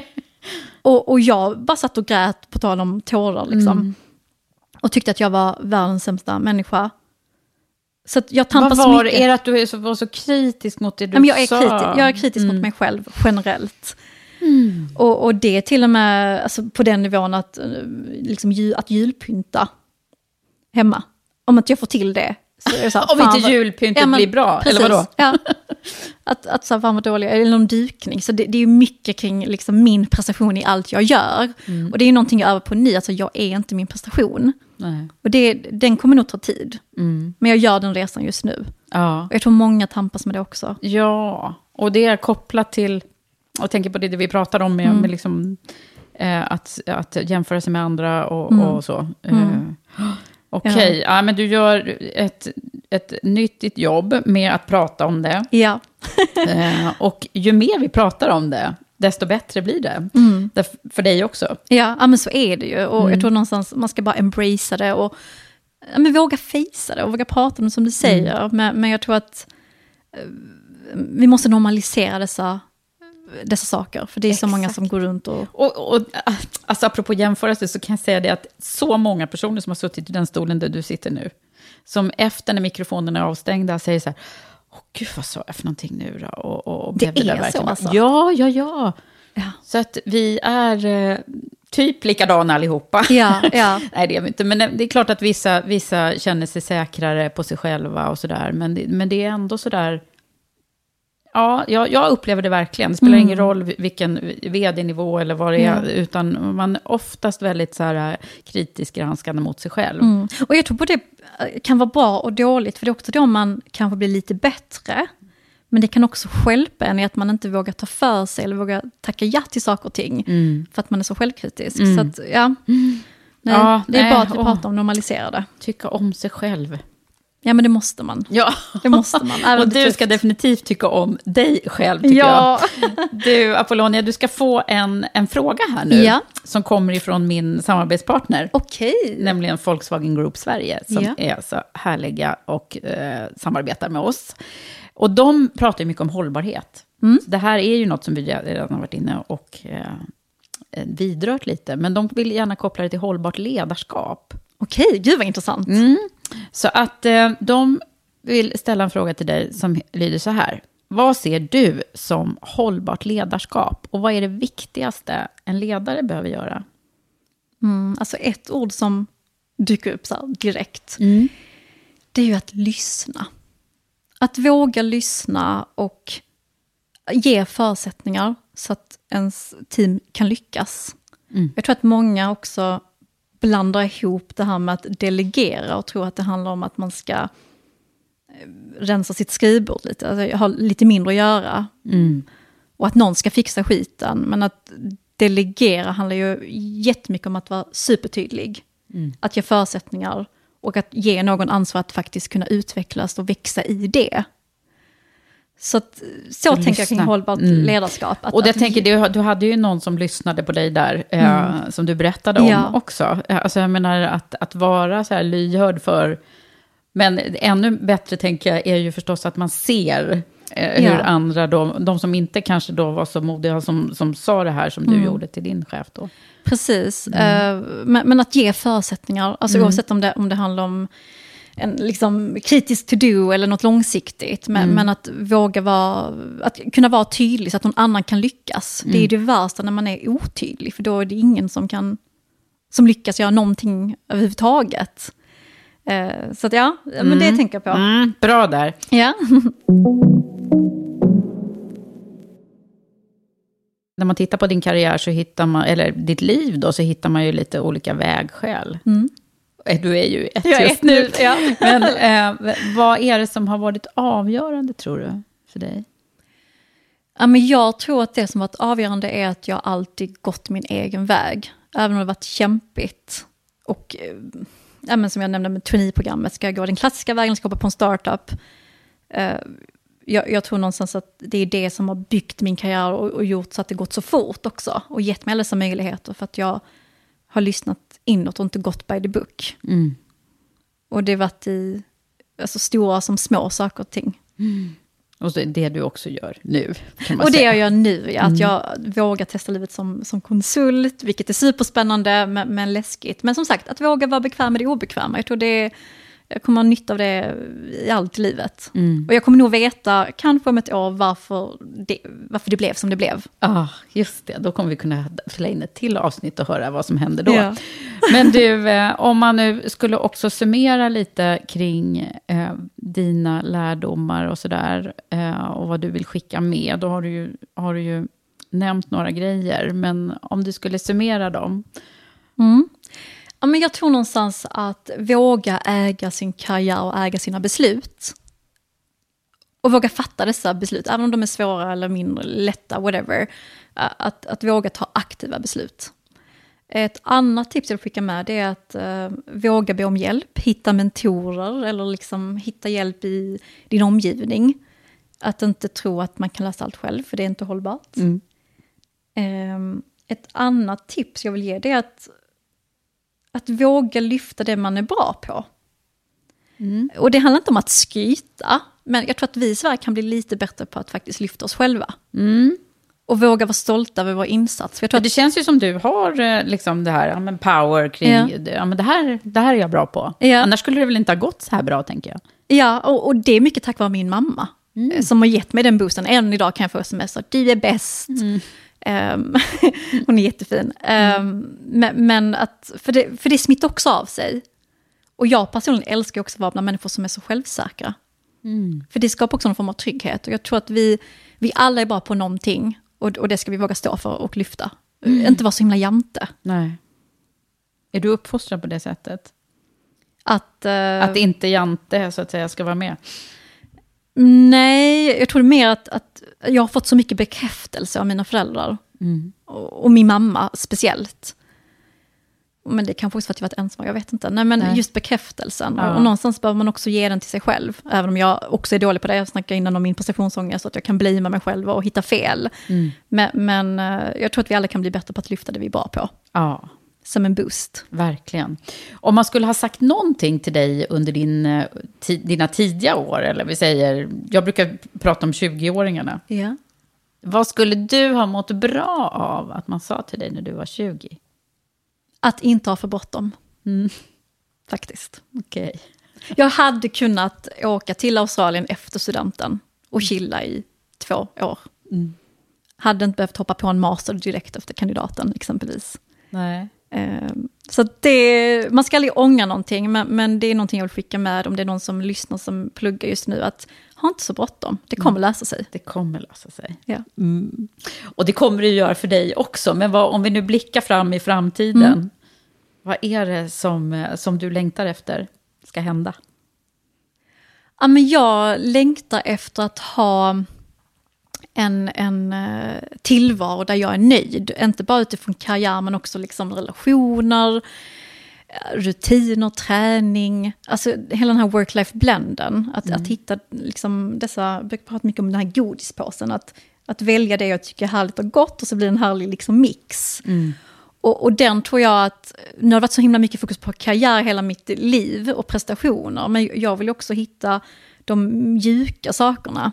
Och jag bara satt och grät på tal om tårar liksom. Och tyckte att jag var världens sämsta människa. Så att jag tampade så mycket. Är det att du var så kritisk mot det du sa? Jag är kritisk mot mig själv generellt. Och det till och med alltså, på den nivån att, liksom, att julpynta hemma. Om att jag får till det. Så är det så här, om inte julpyntet blir bra, precis, eller vadå? Ja. Att så här, fan vad dålig, eller någon dukning. Så det är ju mycket kring liksom, min prestation i allt jag gör. Och det är ju någonting jag övar på nu, alltså jag är inte min prestation. Nej. Och den kommer nog ta tid. Men jag gör den resan just nu. Ja. Och jag tror många tampas med det också. Ja, och det är kopplat till, och tänker på det vi pratade om med liksom, att jämföra sig med andra och så. Okej, ja, men du gör ett nyttigt jobb med att prata om det. Ja. Och ju mer vi pratar om det, desto bättre blir det. För dig också. Ja, men så är det ju. Och jag tror någonstans man ska bara embracea det och våga fejsa det och våga prata om det som du säger. Men jag tror att vi måste normalisera dessa saker. För det är så många som går runt och alltså apropå jämförelse så kan jag säga det att så många personer som har suttit i den stolen där du sitter nu, som efter när mikrofonerna är avstängda säger så här, gud vad sa jag för någonting nu då? Och det är det verkligen så alltså. Ja. Så att vi är typ likadana allihopa. Ja. Nej, det är vi inte. Men det är klart att vissa känner sig säkrare på sig själva och sådär. Men det är ändå sådär. Ja, jag upplever det verkligen. Det spelar ingen roll vilken vd-nivå eller vad det är, utan man är oftast väldigt så här kritisk granskande mot sig själv. Och jag tror på det kan vara bra och dåligt, för det är också då man kanske blir lite bättre. Men det kan också stjälpa en i att man inte vågar ta för sig eller vågar tacka ja till saker och ting för att man är så självkritisk. Så att, det är bara att vi pratar om normaliserade. Tycka om sig själv. Ja, men det måste man. Ja, det måste man. Och du ska definitivt tycka om dig själv, tycker jag. Du, Apollonia, du ska få en fråga här nu. Som kommer ifrån min samarbetspartner. Okej. Nämligen Volkswagen Group Sverige. Som är så härliga och samarbetar med oss. Och de pratar ju mycket om hållbarhet. Så det här är ju något som vi redan har varit inne och vidrört lite. Men de vill gärna koppla det till hållbart ledarskap. Okej, gud vad intressant. Så att de vill ställa en fråga till dig som lyder så här. Vad ser du som hållbart ledarskap? Och vad är det viktigaste en ledare behöver göra? Alltså ett ord som dyker upp så här direkt. Det är ju att lyssna. Att våga lyssna och ge förutsättningar så att ens team kan lyckas. Jag tror att många också blandar ihop det här med att delegera och tror att det handlar om att man ska rensa sitt skrivbord lite. Alltså ha lite mindre att göra. Och att någon ska fixa skiten. Men att delegera handlar ju jättemycket om att vara supertydlig. Att ge förutsättningar och att ge någon ansvar att faktiskt kunna utvecklas och växa i det. Så tänker jag kring hållbart ledarskap. Och jag tänker, du hade ju någon som lyssnade på dig där, som du berättade om också. Alltså jag menar att vara så här lyhörd för, men ännu bättre tänker jag är ju förstås att man ser hur andra då, de som inte kanske då var så modiga som sa det här som du gjorde till din chef då. Precis, men att ge förutsättningar, alltså oavsett om det handlar om en liksom kritisk to-do eller något långsiktigt. Men att våga att kunna vara tydlig så att någon annan kan lyckas. Det är det värsta när man är otydlig. För då är det ingen som lyckas göra någonting överhuvudtaget. Så att men det tänker jag på. Bra där. Ja. när man tittar på din karriär så hittar man, eller ditt liv då, så hittar man ju lite olika vägskäl. Du är ju ett nu. Ja. Men vad är det som har varit avgörande, tror du, för dig? Ja, men jag tror att det som varit avgörande är att jag alltid gått min egen väg. Även om det varit kämpigt. Och men som jag nämnde med traineeprogrammet, ska jag gå den klassiska vägen, ska jag hoppa på en startup. Jag tror någonstans att det är det som har byggt min karriär och gjort så att det gått så fort också. Och gett mig alla dessa möjligheter för att jag har lyssnat inåt och inte gått by the book. Och det har varit i stora som små saker och ting. Och så det du också gör nu, kan man och säga. Det jag gör nu är att jag vågar testa livet som konsult, vilket är superspännande men läskigt. Men som sagt, att våga vara bekväm med det obekväma. Jag tror jag kommer ha nytta av det i allt i livet. Och jag kommer nog veta, kanske om ett år, varför det blev som det blev. Ja, just det. Då kommer vi kunna fylla in ett till avsnitt och höra vad som händer då. Ja. Men du, om man nu skulle också summera lite kring dina lärdomar och sådär, och vad du vill skicka med, då har du ju nämnt några grejer. Men om du skulle summera dem? Ja, men jag tror någonstans att våga äga sin karriär och äga sina beslut. Och våga fatta dessa beslut, även om de är svåra eller mindre lätta, whatever. Att våga ta aktiva beslut. Ett annat tips jag skickar med är att våga be om hjälp. Hitta mentorer eller liksom hitta hjälp i din omgivning. Att inte tro att man kan lösa allt själv, för det är inte hållbart. Ett annat tips jag vill ge det är att våga lyfta det man är bra på. Och det handlar inte om att skryta, men jag tror att vi i Sverige kan bli lite bättre på att faktiskt lyfta oss själva. Och våga vara stolta över vår insats. För jag tror det känns ju som du har liksom det här power kring, men det här är jag bra på. Ja. Annars skulle det väl inte ha gått så här bra, tänker jag. Ja, och det är mycket tack vare min mamma. Som har gett mig den boosten. Än idag kan jag få sms att du är bäst. Hon är jättefin. Men att, för det smittar också av sig. Och jag personligen älskar också att vara bland människor som är så självsäkra. För det skapar också någon form av trygghet. Och jag tror att vi alla är bra på någonting. Och det ska vi våga stå för och lyfta. Inte vara så himla jante. Nej. Är du uppfostrad på det sättet? Att inte jante, så att säga, ska vara med? Nej, jag tror mer att jag har fått så mycket bekräftelse av mina föräldrar. Och min mamma speciellt. Men det kanske också för att jag varit ensam, jag vet inte. Nej, men just bekräftelsen. Ja. Och någonstans behöver man också ge den till sig själv. Även om jag också är dålig på det. Jag snackar innan om min prestationsångest, så att jag kan bli med mig själv och hitta fel. Men jag tror att vi alla kan bli bättre på att lyfta det vi är bra på. Ja. Som en boost. Verkligen. Om man skulle ha sagt någonting till dig under dina tidiga år, eller vi säger, jag brukar prata om 20-åringarna. Ja. Vad skulle du ha mått bra av att man sa till dig när du var 20? Att inte ha för bråttom. Faktiskt. Okej. Jag hade kunnat åka till Australien efter studenten och chilla i 2 år. Hade inte behövt hoppa på en master direkt efter kandidaten exempelvis. Nej. Så man ska aldrig ångra någonting, men det är någonting jag vill skicka med om det är någon som lyssnar som pluggar just nu, att ha inte så bråttom. Det kommer lösa sig. Det kommer lösa sig. Ja. Och det kommer det göra för dig också. Men om vi nu blickar fram i framtiden, vad är det som du längtar efter ska hända? Ja, men jag längtar efter att ha en tillvaro där jag är nöjd. Inte bara utifrån karriär, men också liksom relationer, rutiner, träning. Alltså hela den här work-life-blenden. Att hitta liksom jag brukar prata mycket om den här godispåsen. Att välja det jag tycker är härligt och gott, och så blir det en härlig liksom mix. Och den tror jag att, nu har det varit så himla mycket fokus på karriär hela mitt liv och prestationer. Men jag vill också hitta de mjuka sakerna.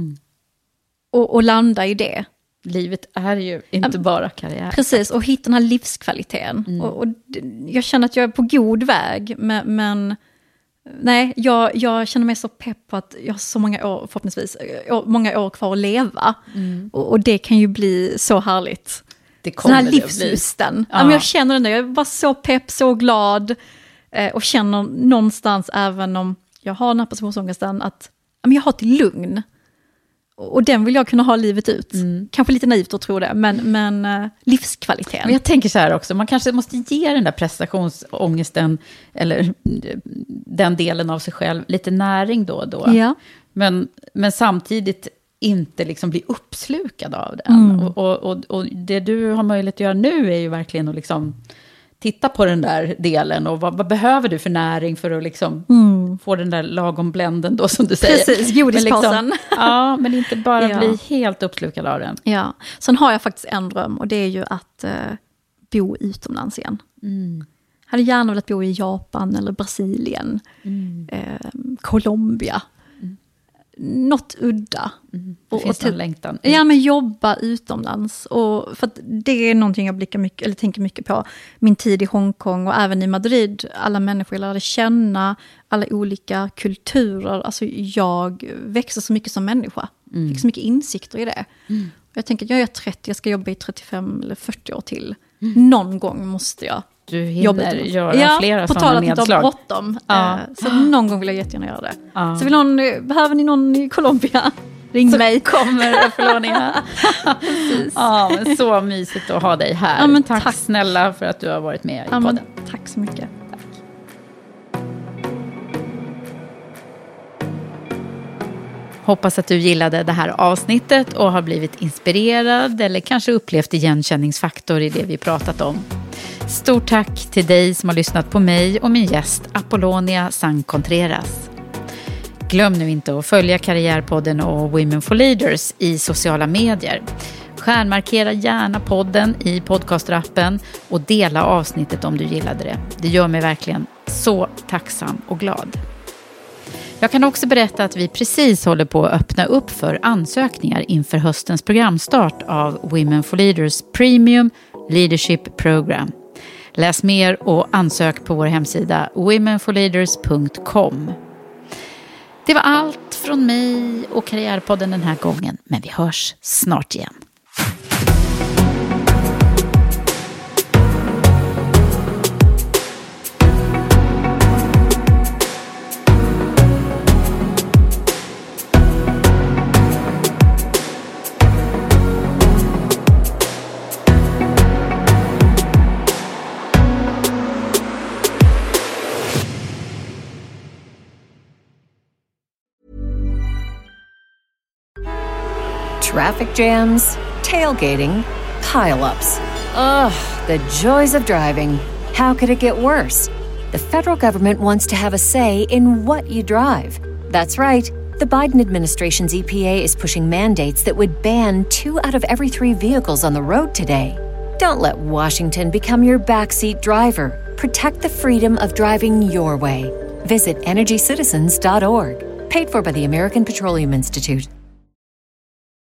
Och landa i det. Livet är ju inte bara karriär. Precis, och hitta den här livskvaliteten. Och jag känner att jag är på god väg. Men nej, jag känner mig så pepp på att jag har så många år, förhoppningsvis, många år kvar att leva. Och det kan ju bli så härligt. Den här livslusten. Ja. Men jag känner den där, jag är bara så pepp, så glad. Och känner någonstans, även om jag har den här prestationsångesten, att jag har ett lugn. Och den vill jag kunna ha livet ut. Kanske lite naivt att tro det, men livskvaliteten. Men jag tänker så här också, man kanske måste ge den där prestationsångesten, eller den delen av sig själv, lite näring då och då. Ja. Men samtidigt inte liksom bli uppslukad av den. Och det du har möjlighet att göra nu är ju verkligen att liksom titta på den där delen och vad behöver du för näring för att liksom få den där lagom bländen då, som du säger. Precis, godispåsen. Liksom, ja, men inte bara bli helt uppslukad av den. Ja, sen har jag faktiskt en dröm, och det är ju att bo utomlands igen. Jag hade gärna velat bo i Japan eller Brasilien, Colombia. Något udda. Det finns en längtan. Ja, men jobba utomlands. Och för att det är någonting jag tänker mycket på. Min tid i Hongkong och även i Madrid. Alla människor jag lärde känna, alla olika kulturer. Alltså jag växer så mycket som människa. Fick så mycket insikter i det. Jag tänker att jag är 30, jag ska jobba i 35 eller 40 år till. Någon gång måste jag. Du hinner göra flera sådana nedslag. På tal om så någon gång vill jag jättegärna göra det. Så behöver ni någon i Colombia? Ring mig. Kommer Apollonia. Ja, men så mysigt att ha dig här. Ja, men tack snälla för att du har varit med i podden. Tack så mycket. Tack. Hoppas att du gillade det här avsnittet och har blivit inspirerad eller kanske upplevt igenkänningsfaktor i det vi pratat om. Stort tack till dig som har lyssnat på mig och min gäst Apollonia Sang Contreras. Glöm nu inte att följa Karriärpodden och Women for Leaders i sociala medier. Stjärnmarkera gärna podden i podcasterappen och dela avsnittet om du gillade det. Det gör mig verkligen så tacksam och glad. Jag kan också berätta att vi precis håller på att öppna upp för ansökningar inför höstens programstart av Women for Leaders Premium Leadership Program. Läs mer och ansök på vår hemsida womenforleaders.com. Det var allt från mig och Karriärpodden den här gången, men vi hörs snart igen. Traffic jams, tailgating, pile-ups. Ugh, the joys of driving. How could it get worse? The federal government wants to have a say in what you drive. That's right. The Biden administration's EPA is pushing mandates that would ban 2 out of every 3 vehicles on the road today. Don't let Washington become your backseat driver. Protect the freedom of driving your way. Visit EnergyCitizens.org. Paid for by the American Petroleum Institute.